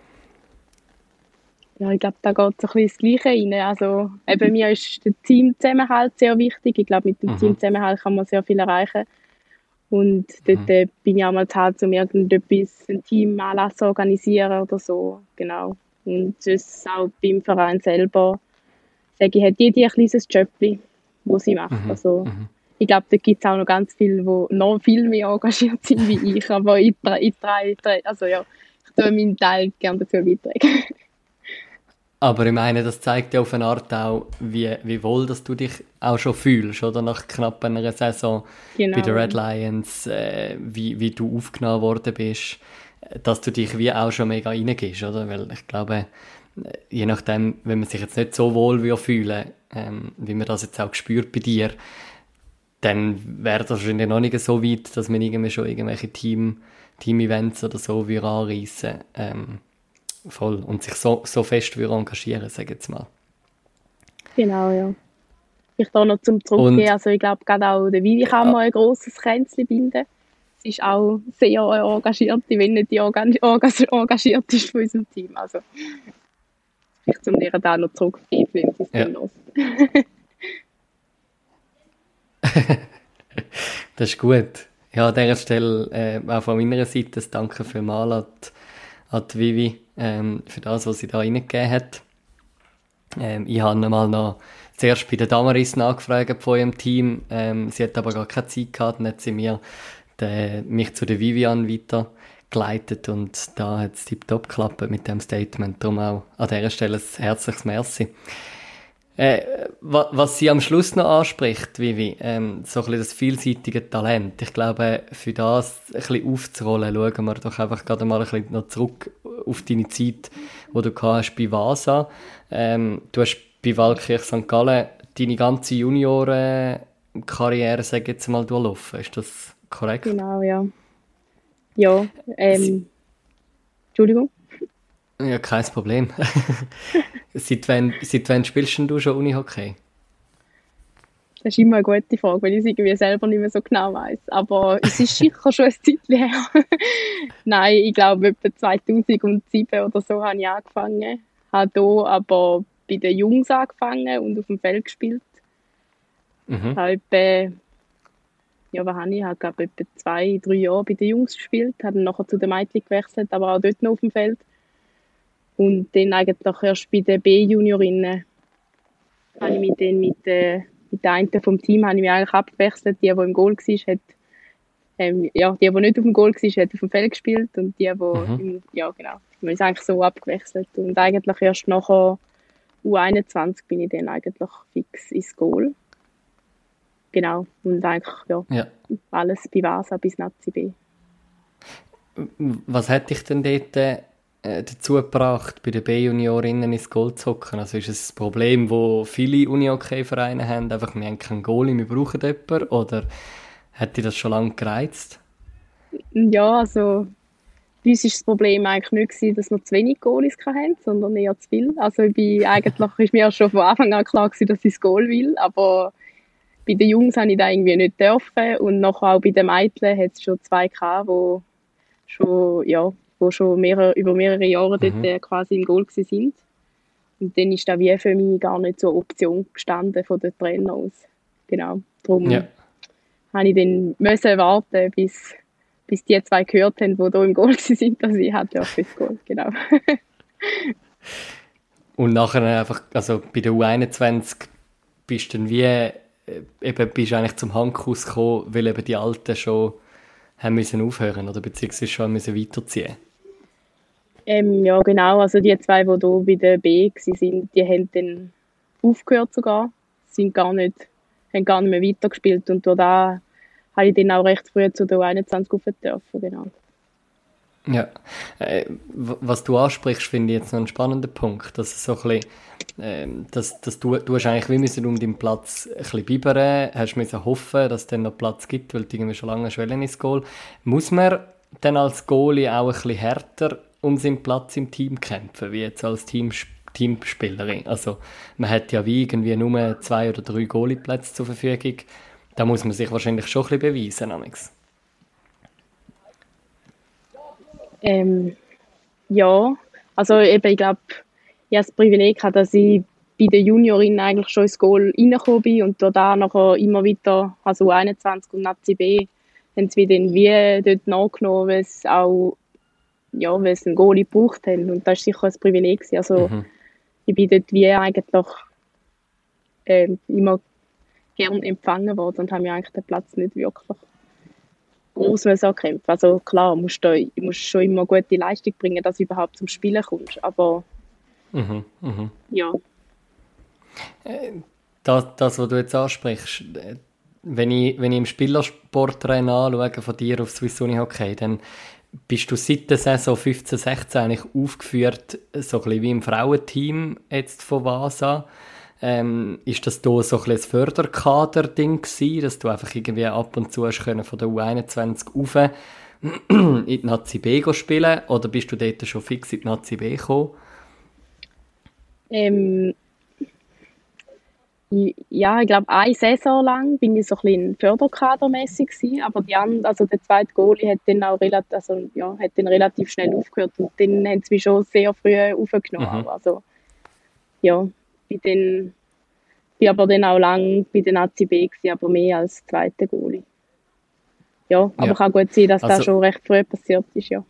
Ja, ich glaube, da geht so ein bisschen das Gleiche rein. Also eben, mir ist der Teamzusammenhalt sehr wichtig. Ich glaube, mit dem Teamzusammenhalt kann man sehr viel erreichen. Und dort bin ich auch mal halt, um irgendetwas, ein Teamanlass organisieren oder so. Genau. Und sonst auch beim Verein selber, sage ich, hat jede ein kleines Jobchen, das sie macht. Also, ich glaube, da gibt es auch noch ganz viele, die noch viel mehr engagiert sind wie ich, aber also ja, ich tue meinen Teil gerne dazu beitragen. Aber ich meine, das zeigt ja auf eine Art auch, wie wohl dass du dich auch schon fühlst, oder? Nach knapp einer Saison Genau. bei den Red Lions, wie du aufgenommen worden bist, dass du dich wie auch schon mega reingehst, oder? Weil ich glaube, je nachdem, wenn man sich jetzt nicht so wohl fühlen wie man das jetzt auch spürt bei dir, dann wäre das wahrscheinlich noch nicht so weit, dass man irgendwie schon irgendwelche Team-Events oder so anreissen voll. Und sich so fest engagieren, sage ich jetzt mal. Genau, ja. Ich da noch zum Zurückgehen, also ich glaube, gerade auch der Vivi kann mal ein grosses Kränzchen binden. Sie ist auch sehr engagiert, wenn nicht die engagiert ist von unserem Team. Also, ich zum dir da noch zurückgeben, wenn sie es dann los. Das ist gut. Ja, an dieser Stelle auch von meiner Seite ein Danke vielmals an die Vivi für das, was sie da reingegeben hat. Ich habe einmal noch zuerst bei der Damaris nachgefragt von ihrem Team. Sie hat aber gar keine Zeit gehabt. Dann hat sie mich zu der Vivian weitergeleitet und da hat es tipptopp geklappt mit dem Statement. Darum auch an dieser Stelle ein herzliches Merci. Was sie am Schluss noch anspricht, Vivi, so ein bisschen das vielseitige Talent. Ich glaube, für das ein bisschen aufzurollen, schauen wir doch einfach gerade mal ein bisschen noch zurück auf deine Zeit, die du hast bei Vasa. Du hast bei Waldkirch St. Gallen deine ganze Junioren-Karriere, sage ich jetzt mal, durchlaufen. Ist das korrekt? Genau, ja. Ja, Entschuldigung. Ja, kein Problem. Seit wann spielst du schon Unihockey? Das ist immer eine gute Frage, weil ich es irgendwie selber nicht mehr so genau weiss. Aber es ist sicher schon ein Zeitchen her. Nein, ich glaube, etwa 2007 oder so habe ich angefangen. Habe hier aber bei den Jungs angefangen und auf dem Feld gespielt. Habe etwa, ja, was habe ich? Ich habe, glaube ich, etwa 2-3 Jahre bei den Jungs gespielt. Habe dann nachher zu den Mädchen gewechselt, aber auch dort noch auf dem Feld. Und dann eigentlich erst bei den B-Juniorinnen habe ich mich dann mit der einen vom Team habe ich mich eigentlich abgewechselt. Die im Goal war, hat die nicht auf dem Goal war, hat auf dem Feld gespielt und die ja genau, wir sind eigentlich so abgewechselt. Und eigentlich erst nachher U21 bin ich dann eigentlich fix ins Goal. Genau, und eigentlich alles bei Vasa bis Nazi B. Was hat dich denn dort dazu gebracht, bei den B-Juniorinnen ins Goal zu hocken? Also ist es ein Problem, das viele Unihockey-Vereine haben, einfach, wir haben keinen Goalie, wir brauchen jemanden, oder hat dich das schon lange gereizt? Ja, also bei uns war das Problem eigentlich nicht gewesen, dass wir zu wenig Goalies hatten, sondern eher zu viel. Also eigentlich ist mir schon von Anfang an klar gewesen, dass ich das Goal will, aber bei den Jungs habe ich das irgendwie nicht dürfen und nachher auch bei den Mädchen hat es schon 2 gehabt, die schon über mehrere Jahre dort quasi im Goal waren. Und dann ist das wie für mich gar nicht so eine Option gestanden von den Trainern aus. Genau. Darum habe ich dann müssen warten, bis die 2 gehört haben, die hier im Goal waren, dass ich hatte auch fürs Goal. Genau. Und nachher einfach, also bei der U21 bist du dann bist du eigentlich zum Handkuss gekommen, weil eben die Alten schon haben müssen aufhören oder beziehungsweise schon müssen weiterziehen. Ja, genau. Also die 2, die hier bei der B waren, die haben dann aufgehört sogar. Haben gar nicht mehr weitergespielt. Und durch das habe ich dann auch recht früh zu der U21 rauf dürfen. Genau. Ja. Was du ansprichst, finde ich jetzt noch einen spannenden Punkt. Dass es so ein bisschen, dass du hast eigentlich wie müssen um deinen Platz ein bisschen bibbern, hast müssen hoffen, dass es dann noch Platz gibt, weil du irgendwie schon lange Schwellen ins Goal. Muss man dann als Goalie auch ein bisschen härter um seinen Platz im Team kämpfen, wie jetzt als Teamspielerin? Also man hat ja wie irgendwie nur 2 oder 3 Goalie-Plätze zur Verfügung. Da muss man sich wahrscheinlich schon ein bisschen beweisen, Alex. Ja, also eben, ich glaube, ich habe das Privileg gehabt, dass ich bei den Juniorinnen eigentlich schon ins Goal reingekommen bin und da nachher immer weiter, also U21 und Nazi B, haben sie dann wie dort nachgenommen, weil es auch, ja, weil es einen Goalie gebraucht haben und das war sicher ein Privileg gewesen. Also ich bin dort wie eigentlich immer gern empfangen worden und habe mir eigentlich den Platz nicht wirklich groß kämpfen. Also klar, musst schon immer gute Leistung bringen, dass du überhaupt zum Spielen kommst. Aber ja. Das, was du jetzt ansprichst, wenn ich im Spielersportrennen anschaue von dir auf Swiss Uni Hockey, dann bist du seit der Saison 15/16 eigentlich aufgeführt, so ein bisschen wie im Frauenteam jetzt von Vasa. Ist das da so ein bisschen ein Förderkader-Ding gewesen, dass du einfach irgendwie ab und zu hast können von der U21 rauf in die Nazi B spielen, oder bist du dort schon fix in die Nazi B gekommen? Ja, ich glaube, eine Saison lang bin ich so ein bisschen förderkadermässig gewesen, aber der zweite Goalie hat dann auch relativ schnell aufgehört und dann haben sie mich schon sehr früh aufgenommen. Also, ja, bin aber dann auch lang bei der Nazi B gewesen, aber mehr als zweiter Goalie. Ja, aber kann gut sein, dass das schon recht früh passiert ist, ja.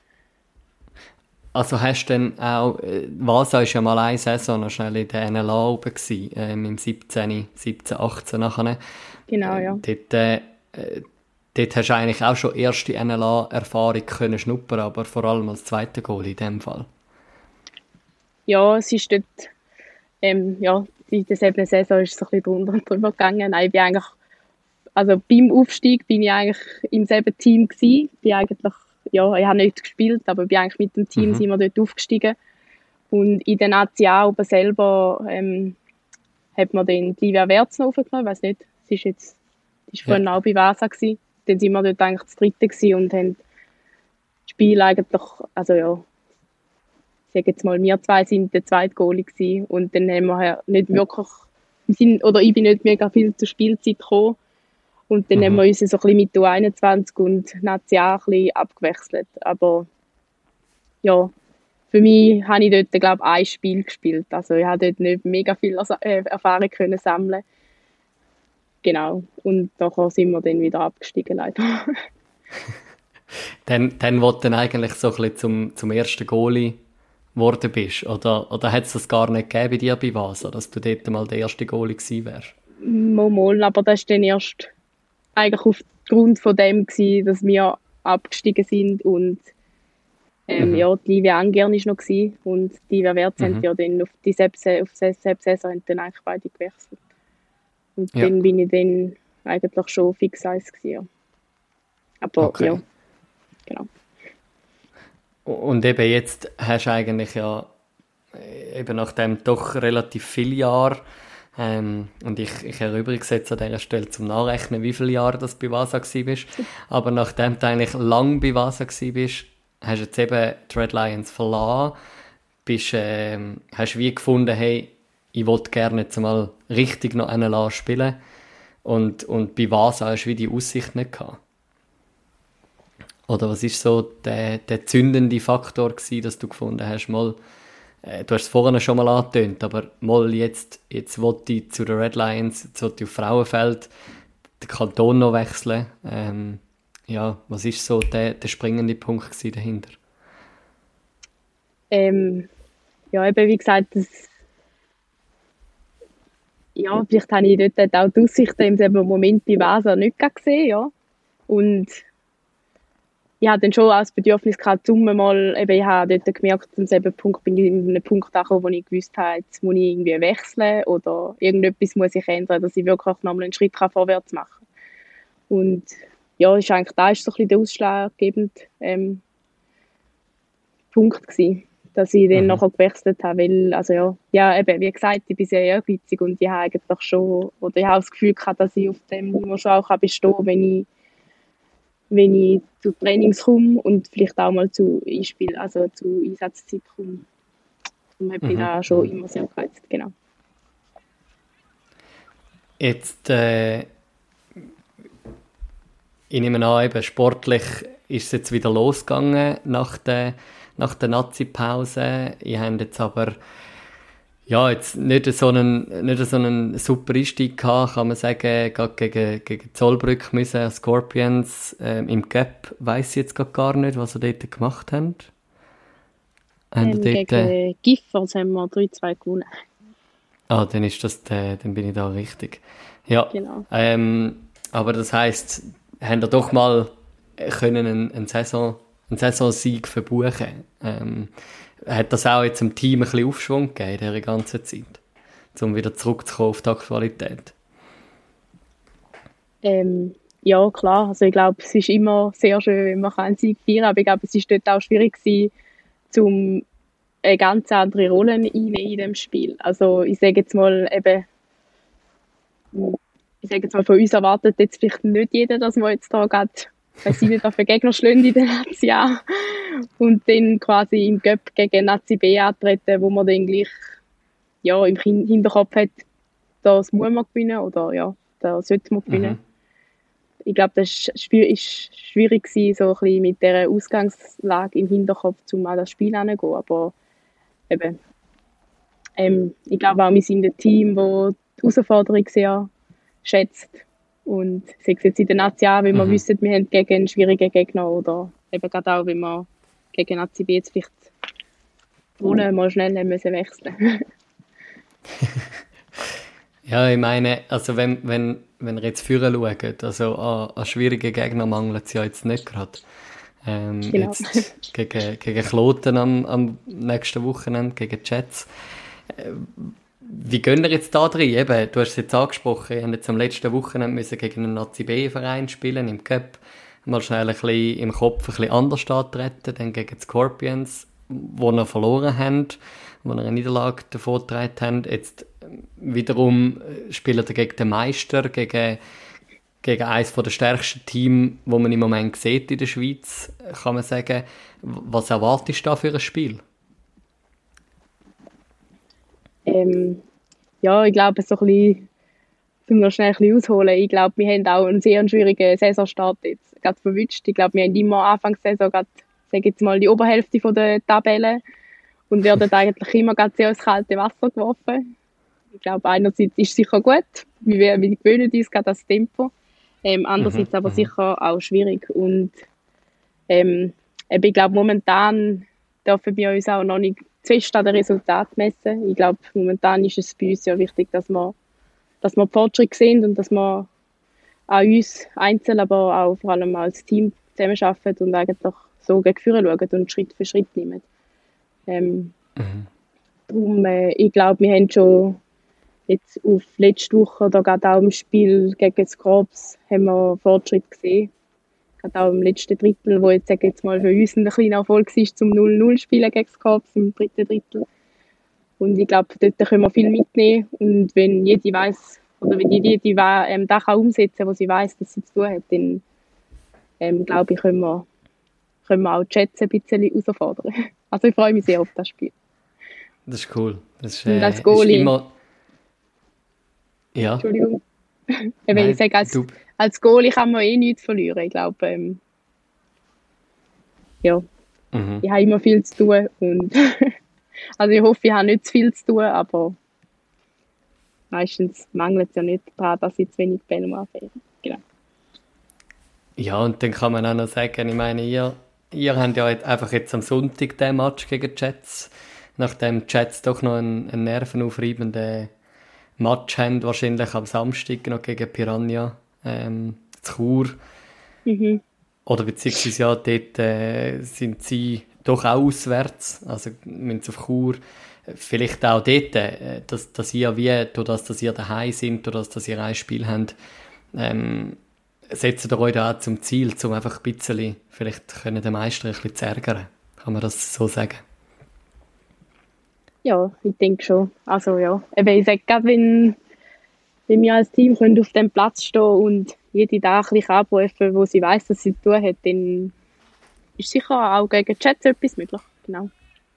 Also hast du dann auch, Vasa war ja mal eine Saison noch schnell in der NLA oben gewesen, im 17, 18 nachher. Genau, ja. Dort hast du eigentlich auch schon erste NLA-Erfahrung können schnuppern, aber vor allem als zweiter Goalie in dem Fall. Ja, es ist dort, in derselben Saison ist es ein bisschen drunter und drüber gegangen. Nein, beim Aufstieg bin ich eigentlich im selben Team gewesen. Ich habe nicht gespielt, aber bin eigentlich mit dem Team sind wir dort aufgestiegen. Und in der Nazi A oben selber hat man dann die Livia Wertz noch aufgenommen. Ich weiss nicht, die war vorhin auch bei Vasa gewesen. Dann sind wir dort eigentlich das Dritte gewesen und haben das Spiel eigentlich, ich sage jetzt mal, wir zwei sind der zweite Goalie gewesen. Und dann haben wir nicht wirklich, ich bin nicht mega viel zur Spielzeit gekommen. Und dann haben wir uns so ein bisschen mit U21 und Nazi A ein bisschen abgewechselt. Aber ja, für mich habe ich dort, glaube ich, ein Spiel gespielt. Also ich habe dort nicht mega viel Erfahrung können sammeln. Genau. Und nachher sind wir dann wieder abgestiegen, leider. Dann wo du dann eigentlich so ein bisschen zum ersten Goalie geworden bist? Oder hat es das gar nicht gegeben bei dir bei Vasa, dass du dort mal der erste Goalie gewesen wärst? Mal, aber das ist dann erst eigentlich aufgrund von dem gewesen, dass wir abgestiegen sind und die Livia Angern war noch gewesen, und die Livia Wertz haben ja dann auf die Saison haben dann eigentlich beide gewechselt. Und dann bin ich dann eigentlich schon fix 1 gewesen, ja. Aber ja, genau. Und eben jetzt hast du eigentlich ja eben nach dem doch relativ viele Jahre und ich erübrige es jetzt an dieser Stelle zum Nachrechnen, wie viele Jahre das bei Vasa warst. Aber nachdem du eigentlich lang bei Vasa warst, hast du jetzt eben die Red Lions verlassen, hast wie gefunden, hey, ich wollte gerne jetzt mal richtig noch NLA spielen, und bei Vasa hast du wie die Aussicht nicht gehabt. Oder was ist so der zündende Faktor gewesen, dass du gefunden hast, du hast es vorhin schon mal angetönt, aber jetzt wollte ich zu den Red Lions, jetzt wollte ich auf Frauenfeld den Kanton noch wechseln. Was ist so der springende Punkt gewesen dahinter? Eben wie gesagt, vielleicht habe ich dort auch die Aussichten im selben Moment bei Vasa nicht gesehen, ja. Und ich hatte dann schon auch das Bedürfnis gehabt, ich habe dort gemerkt, am selben Punkt bin ich in einem Punkt angekommen, wo ich gewusst habe, jetzt muss ich irgendwie wechseln oder irgendetwas muss ich ändern, dass ich wirklich nochmal einen Schritt vorwärts machen kann. Und ja, ist eigentlich da ist so ein bisschen der ausschlaggebende Punkt gewesen, dass ich dann nachher gewechselt habe, weil, wie gesagt, ich bin sehr ehrgeizig und ich habe eigentlich schon, oder ich habe das Gefühl gehabt, dass ich auf dem Niveau schon auch bestehen kann, wenn ich zu Trainings komme und vielleicht auch mal zu Einsatzzeit komme. Und ich bin da schon immer sehr gereizt, genau. Jetzt, ich nehme an, eben sportlich ist es jetzt wieder losgegangen nach der Nazi-Pause. Ihr habt jetzt aber jetzt nicht so einen super Einstieg gehabt, kann man sagen, gerade gegen Zollbrück müssen, Scorpions im Gap, weiss ich jetzt gar nicht, was ihr dort gemacht habt. Gegen Giffers haben wir 3-2 gewonnen. Ah, dann ist das dann bin ich da richtig. Ja, Genau. aber das heisst, haben wir doch mal können einen Saisonsieg verbuchen. Hat das auch jetzt dem Team ein bisschen Aufschwung gegeben in dieser ganzen Zeit, um wieder zurückzukommen auf die Aktualität? Ja, klar. Also ich glaube, es ist immer sehr schön, wenn man einen Sieg feiern kann, aber ich glaube, es ist dort auch schwierig gewesen, um eine ganz andere Rolle einnehmen in dem Spiel. Also ich sage jetzt mal von uns erwartet jetzt vielleicht nicht jeder, dass wir jetzt da gerade, weiß ich nicht, auf den Gegner schlagen in der Nazi A und dann quasi im Cup gegen Nazi B antreten, wo man dann gleich ja, im Hinterkopf hat, das muss man gewinnen oder ja, da sollte man gewinnen. Ich glaube, das Spiel ist schwierig gewesen, so ein bisschen mit dieser Ausgangslage im Hinterkopf, um an das Spiel heranzugehen. Aber eben, ich glaube auch, wir sind ein Team, das die Herausforderung sehr schätzt. Und sei es jetzt in der Nazi A, wenn wir wissen, wir haben gegen einen schwierigen Gegner oder eben gerade auch, wenn wir gegen Nazi B jetzt vielleicht mal schnell haben müssen wechseln. Ja, ich meine, also wenn ihr jetzt führen schaut, also an schwierigen Gegnern mangelt es ja jetzt nicht gerade. Genau. Jetzt gegen Kloten am nächsten Wochenende, gegen die Jets. Wie gehen wir jetzt da drin? Eben, du hast es jetzt angesprochen, wir haben jetzt am letzten Wochenende müssen gegen einen Nazi-B-Verein spielen, im Cup. Mal schnell ein bisschen im Kopf ein bisschen anders antreten, dann gegen die Scorpions, wo wir verloren haben, wo wir eine Niederlage davon getragen haben. Jetzt wiederum spielen wir gegen den Meister, gegen eines der stärksten Teams, die man im Moment sieht in der Schweiz, kann man sagen. Was erwartest du da für ein Spiel? Ja, ich glaube, so ein bisschen, um noch schnell ein bisschen ausholen, ich glaube, wir haben auch einen sehr schwierigen Saisonstart jetzt gerade verwünscht. Ich glaube, wir haben immer Anfangssaison gerade, sage jetzt mal, die Oberhälfte von der Tabelle und werden eigentlich immer gerade sehr ins kalte Wasser geworfen. Ich glaube, einerseits ist es sicher gut, wir gewöhnen uns gerade das Tempo, andererseits aber sicher auch schwierig. Und ich glaube, momentan dürfen wir uns auch noch nicht zu fest an den Resultaten messen. Ich glaube, momentan ist es bei uns ja wichtig, dass wir Fortschritte sehen und dass wir an uns einzeln, aber auch vor allem als Team zusammenarbeiten und eigentlich so gegen vorne schauen und Schritt für Schritt nehmen. Darum, ich glaube, wir haben schon jetzt auf letzte Woche oder gerade auch im Spiel gegen das Corps haben wir Fortschritt gesehen. Gerade auch im letzten Drittel, wo jetzt, sage ich jetzt mal, für uns ein kleiner Erfolg war, zum 0-0 spielen gegen das Corps im dritten Drittel. Und ich glaube, dort können wir viel mitnehmen. Und wenn jede weiss, oder wenn jede das kann umsetzen, was sie weiss, dass sie zu tun hat, dann glaube ich, können wir auch die Jets ein bisschen herausfordern. Also ich freue mich sehr auf das Spiel. Das ist cool. Das ist, und als Goalie, ist immer... Ja. Entschuldigung. Nein, ich sage, als Goalie kann man nichts verlieren. Ich glaube, ja. Ich habe immer viel zu tun. Und also ich hoffe, ich habe nicht zu viel zu tun, aber meistens mangelt es ja nicht daran, dass ich zu wenig Bälle anfahre. Genau. Ja, und dann kann man auch noch sagen, ich meine, ihr habt ja einfach jetzt am Sonntag den Match gegen die Jets, nachdem die Jets doch noch einen nervenaufreibenden Match haben, wahrscheinlich am Samstag noch gegen Piranha zu Chur. Oder beziehungsweise ja, dort sind sie doch auch auswärts, also müssen sie auf Chur. Vielleicht auch dort, dass ihr wie, durch dass ihr daheim sind, durch dass ihr ein Spiel habt, setzt ihr euch da auch zum Ziel, um einfach ein bisschen, vielleicht können den Meister ein bisschen zu ärgern. Kann man das so sagen? Ja, ich denke schon. Also ja, eben, ich sage, gerade wenn wir als Team können auf dem Platz stehen und jede Tag ein bisschen abrufen, wo sie weiss, dass sie zu tun hat, dann ist sicher auch gegen die Jets etwas möglich. Genau.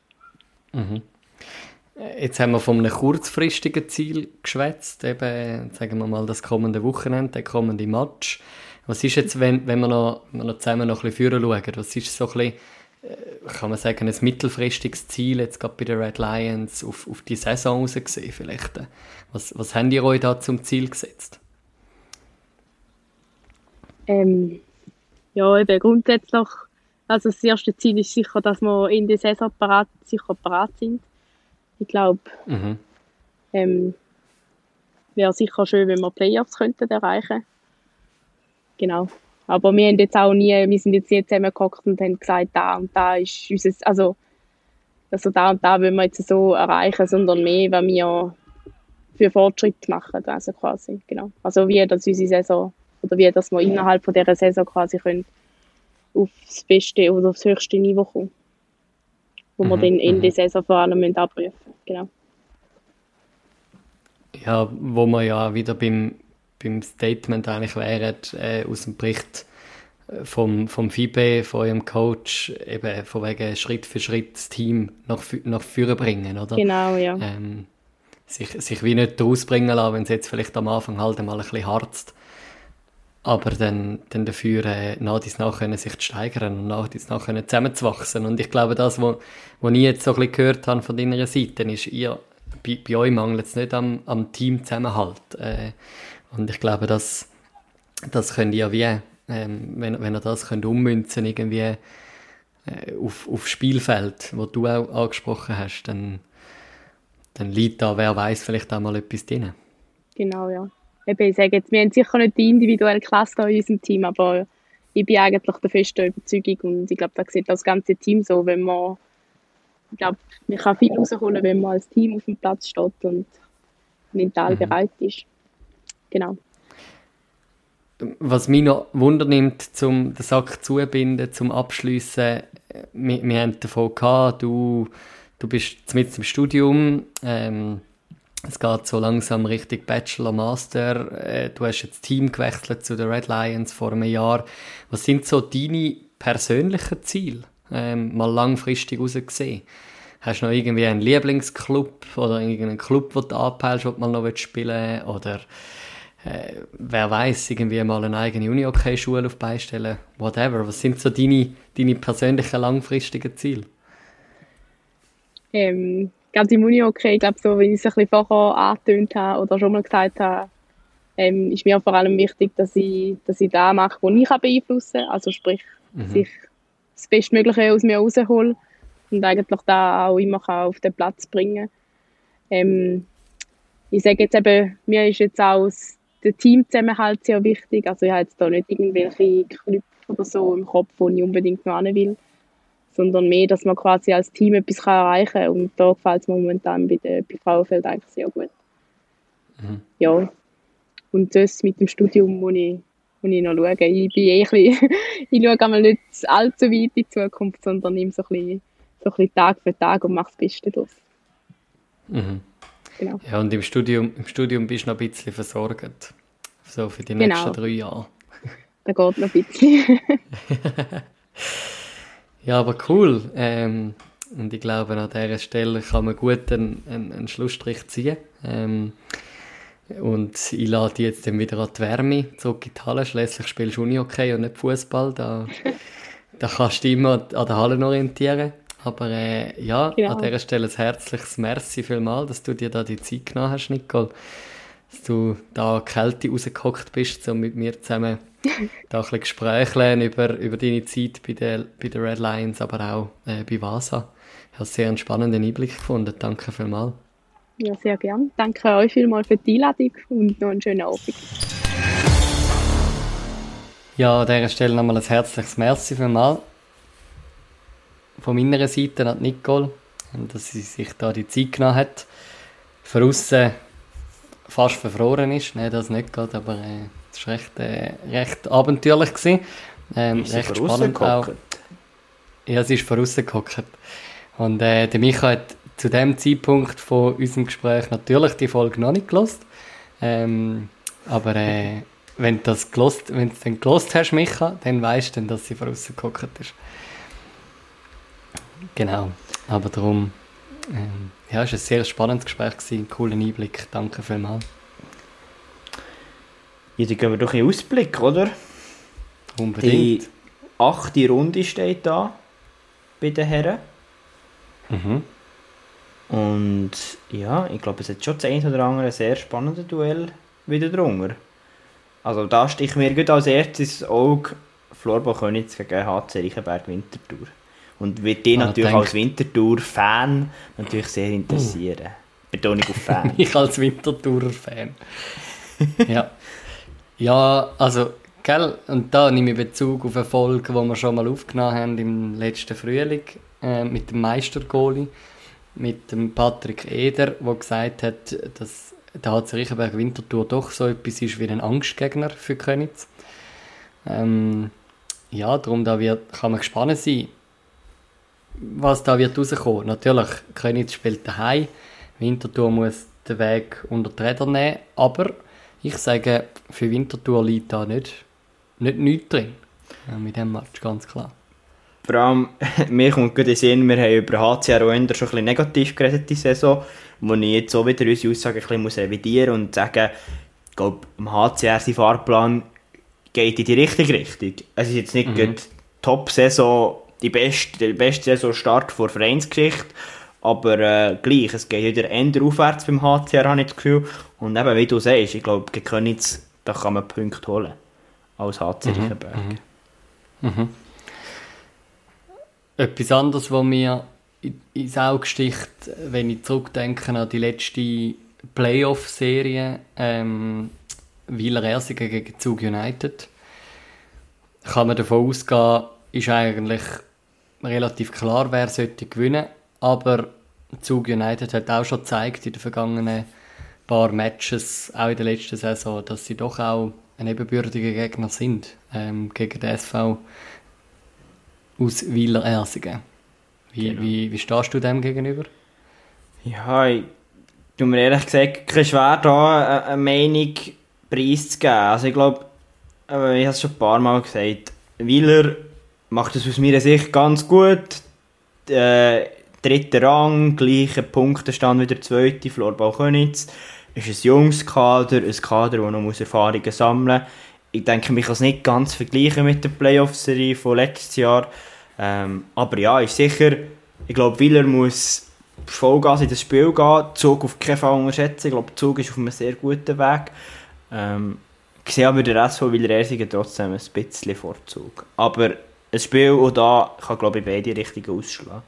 Jetzt haben wir von einem kurzfristigen Ziel geschwätzt, eben, sagen wir mal, das kommende Wochenende, der kommende Match. Was ist jetzt, wenn wir noch zusammen noch ein bisschen führen schauen? Was ist so ein bisschen, kann man sagen, ein mittelfristiges Ziel, jetzt gerade bei den Red Lions, auf die Saison raus gesehen vielleicht? Was habt ihr euch da zum Ziel gesetzt? Ja, eben grundsätzlich, also das erste Ziel ist sicher, dass wir in der Saison parat sind. Ich glaube, Wäre sicher schön, wenn wir Playoffs könnten erreichen. Genau. Aber wir haben jetzt auch wir sind jetzt nie zusammengehockt und haben gesagt, da und da ist unser, also da und da wollen wir jetzt so erreichen, sondern mehr, was wir für Fortschritte machen, also quasi, genau. Also wie das unsere Saison, oder wie dass wir innerhalb von dieser Saison quasi können aufs beste oder aufs höchste Niveau kommen. Wo wir dann Ende der Saison vor allem abprüfen müssen. Genau. Ja, wo wir ja wieder beim Statement eigentlich wären, aus dem Bericht vom FIBE, von eurem Coach, eben von wegen Schritt für Schritt das Team nach vorne bringen, oder? Genau, ja. Sich wie nicht rausbringen lassen, wenn es jetzt vielleicht am Anfang halt einmal ein bisschen harzt, aber dann dafür nach dies nach können sich steigern und nach dies nach können zusammenzuwachsen. Und ich glaube, das, was ich jetzt so ein bisschen gehört habe von deiner Seite, ist, bei euch mangelt es nicht am Teamzusammenhalt. Und ich glaube, das könnt ihr wie, wenn ihr das könnt ummünzen irgendwie auf Spielfeld, wo du auch angesprochen hast, dann liegt da, wer weiß, vielleicht auch mal etwas drin. Genau, ja. Ich sage jetzt, wir haben sicher nicht die individuelle Klasse in unserem Team, aber ich bin eigentlich der festen Überzeugung und ich glaube, da sieht das ganze Team so, wenn man, ich glaube, man kann viel rausholen, wenn man als Team auf dem Platz steht und mental bereit ist. Genau. Was mich noch wundernimmt, zum den Sack zubinden, zum Abschliessen, wir haben davon gehabt, du bist mit im Studium, es geht so langsam Richtung Bachelor, Master, du hast jetzt Team gewechselt zu den Red Lions vor einem Jahr. Was sind so deine persönlichen Ziele, mal langfristig rausgesehen? Hast du noch irgendwie einen Lieblingsclub oder irgendeinen Club, den du anpeilst, den du mal noch spielen willst? Oder wer weiß, irgendwie mal eine eigene Uni-Hockey-Schule auf beistellen? Whatever. Was sind so deine persönlichen langfristigen Ziele? Ganz im Uni-Hockey, ich glaube, so wie ich es ein bisschen vorher angetönt habe oder schon mal gesagt habe, ist mir vor allem wichtig, dass ich das mache, was ich beeinflussen kann. Also sprich, sich das Bestmögliche aus mir raushole und eigentlich da auch immer auf den Platz bringen kann. Ich sage jetzt eben, mir ist jetzt auch der Teamzusammenhalt sehr wichtig. Also ich habe jetzt da nicht irgendwelche Clubs oder so im Kopf, wo ich unbedingt noch hin will, sondern mehr, dass man quasi als Team etwas erreichen kann. Und da gefällt es mir momentan bei Frauenfeld eigentlich sehr gut. Ja. Und das mit dem Studium muss ich noch schauen. Ich bin ich schaue einmal nicht allzu weit in die Zukunft, sondern nehme so ein bisschen Tag für Tag und mache das Beste daraus. Genau. Ja, und im Studium bist du noch ein bisschen versorgt. So für die nächsten 3 Jahre. Da geht noch ein bisschen. Ja, aber cool. Und ich glaube, an dieser Stelle kann man gut einen Schlussstrich ziehen. Und ich lade dich jetzt dann wieder an die Wärme zurück in die Halle. Schliesslich spielst du Uni-Hockey und nicht Fußball. Da kannst du dich immer an der Halle orientieren. Aber ja, genau. An dieser Stelle ein herzliches Merci vielmals, dass du dir da die Zeit genommen hast, Nicole. Dass du da Kälte rausgehockt bist, um mit mir zusammen da ein bisschen Gespräche über deine Zeit bei den Red Lions, aber auch bei Vasa. Ich habe sehr einen spannenden Einblick gefunden. Danke vielmals. Ja, sehr gern. Danke euch vielmals für die Einladung und noch einen schönen Abend. Ja, an dieser Stelle nochmal ein herzliches Merci vielmals von meiner Seite an Nicole, dass sie sich da die Zeit genommen hat. Von aussen fast verfroren ist. Nein, das nicht gerade, aber es war recht abenteuerlich gewesen. Recht spannend auch. Ja, sie ist von aussen gehockt. Und der Micha hat zu dem Zeitpunkt von unserem Gespräch natürlich die Folge noch nicht gehört. Aber wenn du es dann gehört hast, Micha, dann weisst du, dass sie von aussen gehockt ist. Genau, aber darum, ja, es war ein sehr spannendes Gespräch, ein cooler Einblick. Danke vielmals. Ja, dann gehen wir doch einen Ausblick, oder? Unbedingt. Die 8. Runde steht da bei den Herren. Und ja, ich glaube, es hat schon das eine oder andere sehr spannende Duell wieder drunter. Also da sticht mir gut als erstes ins Auge Floorball Königs gegen HC Reichenberg Winterthur. Und wird dich natürlich als Winterthur-Fan natürlich sehr interessieren. Betonung auf Fan. Ich als Winterthurer Fan. Ja. Ja, also, gell, und da nehme ich Bezug auf eine Folge, die wir schon mal aufgenommen haben im letzten Frühling mit dem Meistergoalie, mit dem Patrick Eder, der gesagt hat, dass der HC Riechenberg Winterthur doch so etwas ist wie ein Angstgegner für Königs. Ja, darum kann man gespannt sein, was da wird rauskommen. Natürlich, Königs spielt daheim, Winterthur muss den Weg unter die Räder nehmen, aber ich sage, für Winterthur liegt da nicht nichts drin. Ja, mit dem Match, ganz klar. Vor allem, mir kommt gerade in den Sinn, wir haben über HCR auch schon ein bisschen negativ geredet, die Saison, wo ich jetzt auch wieder unsere Aussage ein bisschen revidieren muss und sagen, ich glaube, im HCR sein Fahrplan geht in die richtige Richtung. Es ist jetzt nicht die Top-Saison, der beste Saisonstart vor Vereinsgeschichte, aber gleich, es geht wieder eher aufwärts beim HCR, habe ich das Gefühl. Und eben, wie du sagst, ich glaube, gegen Königs, da kann man Punkte holen. Als HC Riechenberg. Etwas anderes, was mir ins Auge sticht, wenn ich zurückdenke an die letzte Playoff-Serie, Weiler Ersingen gegen Zug United, kann man davon ausgehen, ist eigentlich relativ klar, wer sollte gewinnen. Aber Zug United hat auch schon gezeigt in den vergangenen paar Matches, auch in der letzten Saison, dass sie doch auch ein ebenbürtiger Gegner sind gegen den SV aus Weiler Ersingen. Wie stehst du dem gegenüber? Ja, ich tue mir ehrlich gesagt kein schwer, da eine Meinung preiszugeben. Also ich glaube, ich habe es schon ein paar Mal gesagt, Weiler macht es aus meiner Sicht ganz gut. Dritter Rang, gleicher Punktestand wie der zweite, Floorball Königs. Ist ein junges Kader, ein Kader, das noch Erfahrungen sammeln muss. Ich denke, man kann es nicht ganz vergleichen mit der Playoff-Serie von letztes Jahr. Aber ja, ist sicher, ich glaube, Weiler muss Vollgas in das Spiel gehen, Zug auf keinen Fall unterschätzen. Ich glaube, Zug ist auf einem sehr guten Weg. Ich sehe aber den Rest von Weiler Ersingen trotzdem ein bisschen Vorzug. Aber ein Spiel auch da kann, glaube ich, beide Richtungen ausschlagen.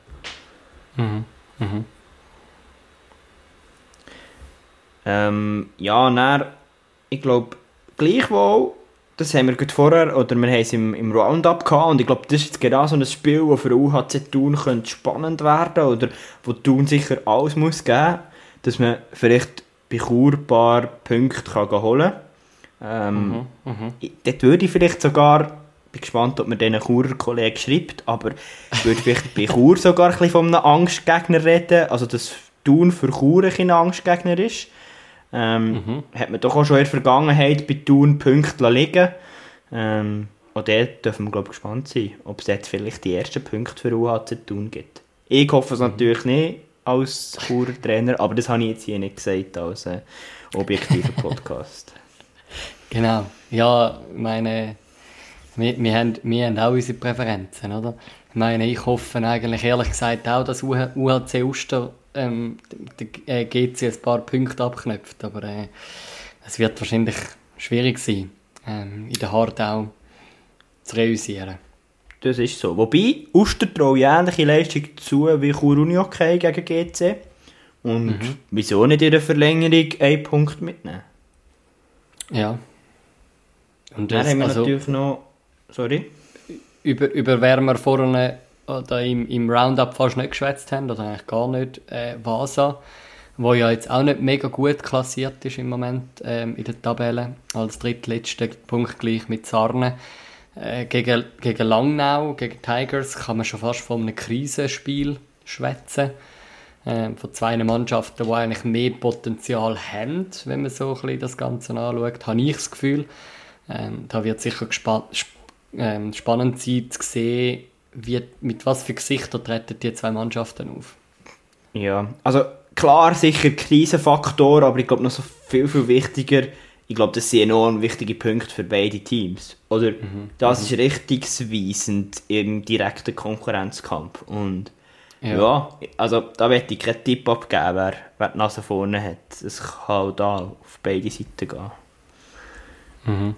Ja, dann, ich glaube, gleichwohl, das haben wir gerade vorher, oder wir haben es im Roundup gehabt, und ich glaube, das ist jetzt genau so ein Spiel, das für UHC Thun könnte spannend werden, oder wo Thun sicher alles muss geben, dass man vielleicht bei Chur ein paar Punkte kann holen kann. Dort würde ich vielleicht sogar, bin gespannt, ob mir diesen Churer Kollege schreibt, aber ich würde vielleicht bei Chur sogar ein bisschen von einem Angstgegner reden, also dass Thun für Chur ein Angstgegner ist. Hat man doch auch schon in der Vergangenheit bei Thun Punkte liegen. Auch dort dürfen wir, glaube ich, gespannt sein, ob es jetzt vielleicht die ersten Punkte für UHC Thun gibt. Ich hoffe es natürlich nicht als Churer Trainer, aber das habe ich jetzt hier nicht gesagt als objektiver Podcast. Genau, ja, ich meine, wir haben auch unsere Präferenzen, oder? Ich meine, ich hoffe eigentlich ehrlich gesagt auch, dass UHC Uster der GC ein paar Punkte abknüpft, aber es wird wahrscheinlich schwierig sein, in der Hardau zu realisieren. Das ist so. Wobei, Uster traue ich ähnliche Leistung zu wie Chur Uni Hockey gegen GC. Und wieso nicht in der Verlängerung einen Punkt mitnehmen? Ja. Und dann das, haben wir also, natürlich noch... Sorry? Über wer wir vorne oder im Roundup fast nicht geschwätzt haben, oder eigentlich gar nicht, Vasa, wo ja jetzt auch nicht mega gut klassiert ist im Moment in der Tabelle, als drittletzter Punkt gleich mit Sarne. Gegen Langnau, gegen Tigers, kann man schon fast von einem Krisenspiel schwätzen. Von zwei Mannschaften, die eigentlich mehr Potenzial haben, wenn man so ein bisschen das Ganze anschaut, habe ich das Gefühl. Da wird sicher spannend sein zu sehen, mit was für Gesichtern treten die zwei Mannschaften auf. Ja, also klar, sicher Krisenfaktor, aber ich glaube noch so viel, viel wichtiger, ich glaube, das sind enorm wichtige Punkte für beide Teams. Oder das ist richtungsweisend im direkten Konkurrenzkampf. Und ja, also da möchte ich keinen Tipp abgeben, wer die Nase vorne hat. Es kann auch da auf beide Seiten gehen.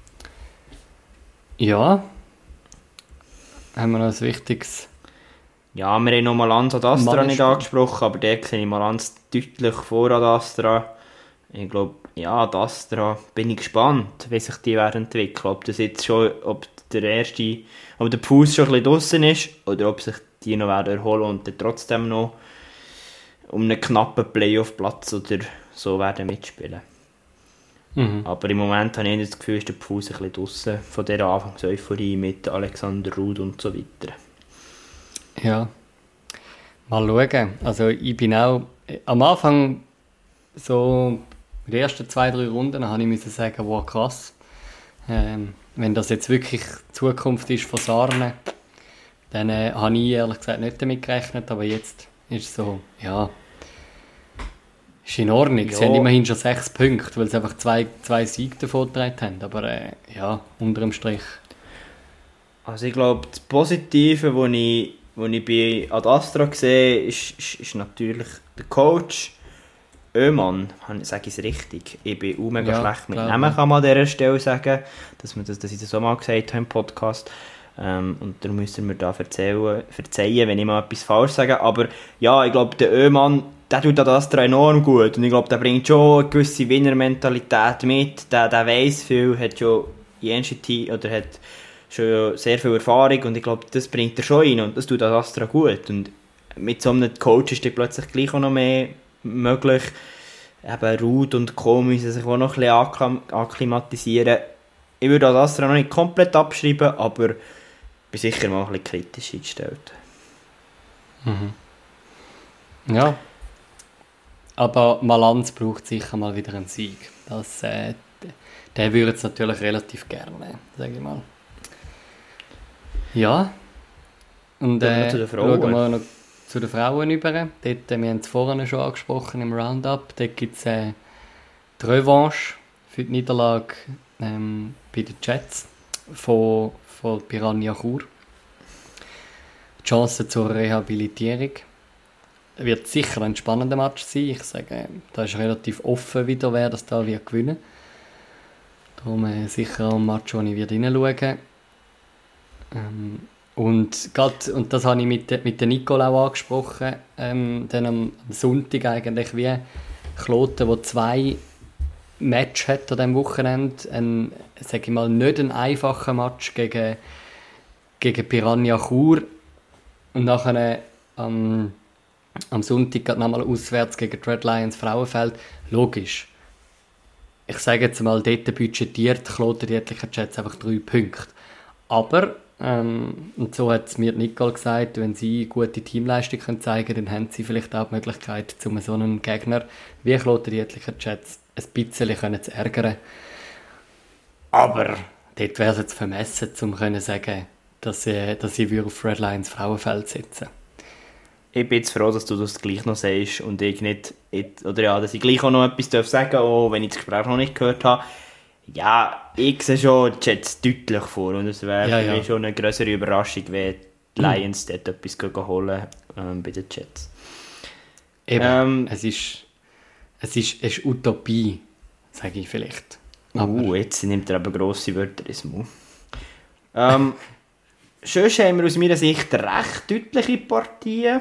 Ja. Haben wir noch ein wichtiges Ja, wir haben noch Malanz Ad Astra nicht Mannenspiel. angesprochen, aber der sehe ich Malanz deutlich vor Ad Astra. Ich glaube, ja, Ad Astra bin ich gespannt, wie sich die werden entwickeln. Ob das jetzt schon, ob der Fuß schon ein bisschen draussen ist oder ob sich die noch werden erholen und dann trotzdem noch um einen knappen Playoff-Platz oder so werden mitspielen. Aber im Moment habe ich das Gefühl, ist der Fuß ein bisschen draussen von dieser Anfangs-Euphorie mit Alexander Ruud und so weiter. Ja, mal schauen. Also ich bin auch am Anfang so in den ersten 2-3 Runden habe ich müssen sagen, wow, krass. Wenn das jetzt wirklich die Zukunft ist von Sarne, dann habe ich ehrlich gesagt nicht damit gerechnet, aber jetzt ist es so, ja, ist in Ordnung. Ja. Sie haben immerhin schon 6 Punkte, weil sie einfach zwei Siege davon getragen haben, aber ja, unter dem Strich. Also ich glaube, das Positive, was ich bei Ad Astra sehe, ist natürlich der Coach. Ömann, sage ich es richtig. Ich bin auch mega schlecht mit Namen, kann man an dieser Stelle sagen, dass ich das auch mal gesagt habe im Podcast. Und darum müssen wir da verzeihen, wenn ich mal etwas falsch sage. Aber ja, ich glaube, der Ömann, der tut Ad Astra enorm gut. Und ich glaube, der bringt schon eine gewisse Winnermentalität mit. Der weiss viel, hat schon oder hat schon sehr viel Erfahrung. Und ich glaube, das bringt er schon rein. Und das tut Ad Astra gut. Und mit so einem Coach ist dann plötzlich gleich auch noch mehr möglich. Eben Ruud und Co. müssen sich auch noch ein bisschen akklimatisieren. Ich würde Ad Astra noch nicht komplett abschreiben, aber bin sicher mal ein bisschen kritisch eingestellt. Ja. Aber Malanz braucht sicher mal wieder einen Sieg. Der würde es natürlich relativ gerne, sage ich mal. Ja. Und zu den Frauen. schauen wir noch zu den Frauen über. Dort, wir haben es vorhin schon angesprochen im Roundup. Dort gibt es die Revanche für die Niederlage bei den Jets von Piranha Chur. Die Chance zur Rehabilitierung. Wird sicher ein spannender Match sein. Ich sage, da ist relativ offen wieder, wer das da wird gewinnen. Darum sicher ein Match, wo ich reinschauen werde. Und das habe ich mit der Nicole auch angesprochen, dann am Sonntag eigentlich, wie Kloten, der 2 Match hat an diesem Wochenende, sage ich mal, nicht ein einfacher Match gegen Piranha Chur und nachher am Sonntag geht nochmal auswärts gegen die Red Lions Frauenfeld. Logisch. Ich sage jetzt mal, dort budgetiert Kloten die etlichen Jets einfach 3 Punkte. Aber und so hat es mir Nicole gesagt, wenn sie gute Teamleistung zeigen können, dann haben sie vielleicht auch die Möglichkeit, um so einen Gegner wie Kloten die etlichen Jets ein bisschen zu ärgern. Aber dort wäre es jetzt vermessen, um zu sagen, dass sie auf Red Lions Frauenfeld sitzen. Ich bin jetzt froh, dass du das gleich noch sagst und ich nicht, oder ja, dass ich gleich auch noch etwas sagen darf, auch wenn ich das Gespräch noch nicht gehört habe. Ja, ich sehe schon die Jets deutlich vor und es wäre für mich schon eine größere Überraschung, wenn die Lions dort etwas holen bei den Jets. Eben, es ist Utopie, sage ich vielleicht. Jetzt nimmt er aber grosse Wörter ins Mund. Sonst haben wir aus meiner Sicht recht deutliche Partien.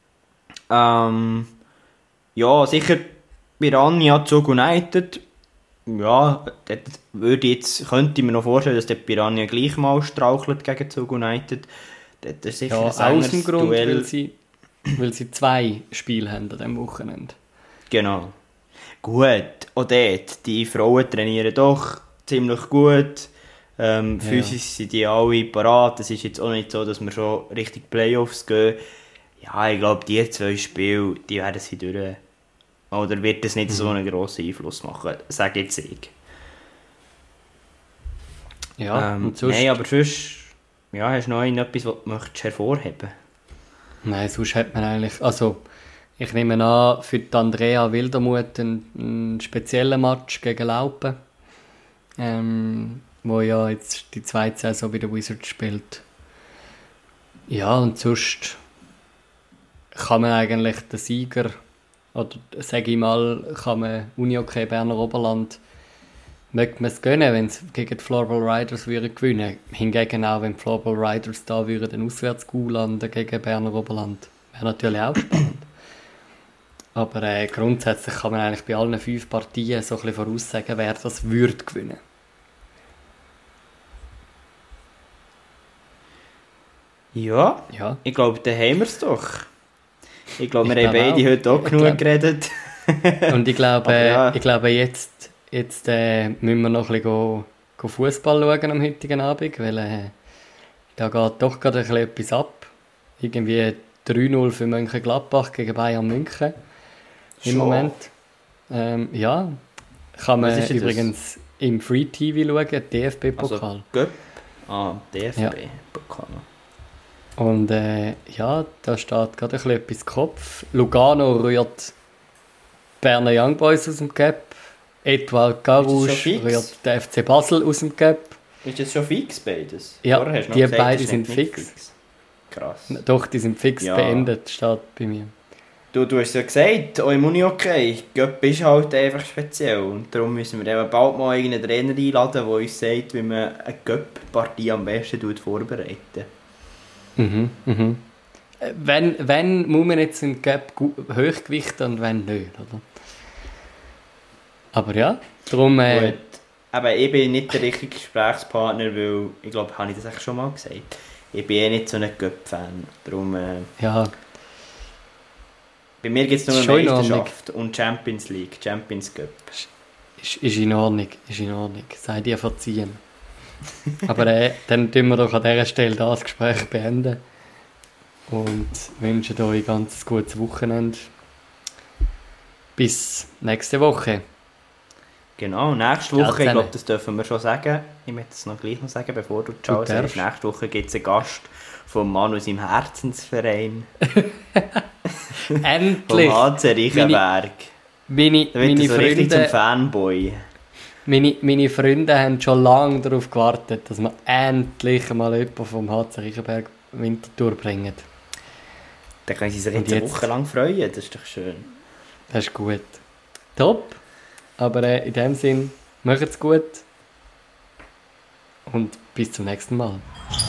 Ja, sicher Piranha Zug United. Ja, könnte ich mir noch vorstellen, dass der Piranha gleich mal strauchelt gegen Zug United. Das ist sicher aus dem Grund, weil sie 2 Spiele haben an diesem Wochenende. Genau. Gut, auch dort, die Frauen trainieren doch ziemlich gut. Physisch sind die alle parat. Es ist jetzt auch nicht so, dass wir schon Richtung Playoffs gehen. Ja, ich glaube, die 2 Spiele, die werden sie durch. Oder wird das nicht so einen grossen Einfluss machen, sage jetzt ich. Ja, und sonst... Nein, aber sonst... Ja, hast du noch etwas, was du hervorheben möchtest? Nein, sonst hat man eigentlich... Also, ich nehme an, für die Andrea Wildermuth einen speziellen Match gegen Laupen. Wo ja jetzt die 2. Saison bei den Wizards spielt. Ja, und sonst kann man eigentlich den Sieger, oder sage ich mal, kann man Unihockey Berner Oberland möchte man es gönnen, wenn sie gegen die Floorball Riders würden gewinnen. Hingegen auch, wenn die Floorball Riders da würden, den Auswärtsgoal landen gegen Berner Oberland. Wäre natürlich auch spannend. Aber grundsätzlich kann man eigentlich bei allen 5 Partien so ein bisschen voraussagen, wer das würde gewinnen. Ja, Ja. ich glaube, dann haben wir es doch. Ich glaube, wir Ich haben glaube beide auch. heute auch Ich genug glaube- geredet. Und ich glaube, Aber ja. jetzt müssen wir noch ein bisschen Fußball schauen am heutigen Abend, weil da geht doch gerade ein bisschen etwas ab. Irgendwie 3-0 für Mönchengladbach gegen Bayern München im Schon? Moment. Ja, kann man Was ist denn das? übrigens im Free TV schauen, DFB-Pokal. Also, Göpp. DFB-Pokal. Und ja, da steht gerade ein bisschen etwas Kopf. Lugano rührt Berner Young Boys aus dem Gap. Edouard Ist das Garouche schon fix? rührt der FC Basel aus dem Gap. Ist das schon fix, beides? Ja, Vorher hast du noch die gesagt, beide das ist sind nicht fix. Krass. Doch, die sind fix Ja. beendet, steht bei mir. Du hast ja gesagt, auch im Uni-Okay, Göpp ist halt einfach speziell. Und darum müssen wir eben bald mal irgendeinen Trainer einladen, der uns sagt, wie man eine Göpp-Partie am besten vorbereitet. Wenn muss man jetzt im Gap Hochgewicht und wenn nicht, oder? Aber ja, darum... Gut. Aber ich bin nicht der richtige Gesprächspartner, weil, ich glaube, habe ich das eigentlich schon mal gesagt. Ich bin nicht so ein Göpp-Fan. Darum, ja, bei mir gibt es nur Ist schon in Meisterschaft und Champions League, Champions Cup. ist in Ordnung, sei dir verziehen. Aber dann tun wir doch an dieser Stelle das Gespräch beenden und wünschen euch ein ganz gutes Wochenende. Bis nächste Woche. Genau, nächste Ja, Woche, ich zusammen. glaube, das dürfen wir schon sagen. Ich möchte es noch gleich noch sagen, bevor du Ciao sagst. darfst. Nächste Woche gibt es einen Gast vom Mann aus seinem Herzensverein, vom Endlich! HC Reichenberg. Meine Da wird er so richtig zum Freunde, Fanboy. meine Freunde haben schon lange darauf gewartet, dass wir endlich mal jemanden vom HC Reichenberg Winterthur bringen. Da können sie sich Und jetzt eine jetzt? Woche lang freuen, das ist doch schön. Das ist gut. Top. Aber in dem Sinn, macht's gut. Und bis zum nächsten Mal.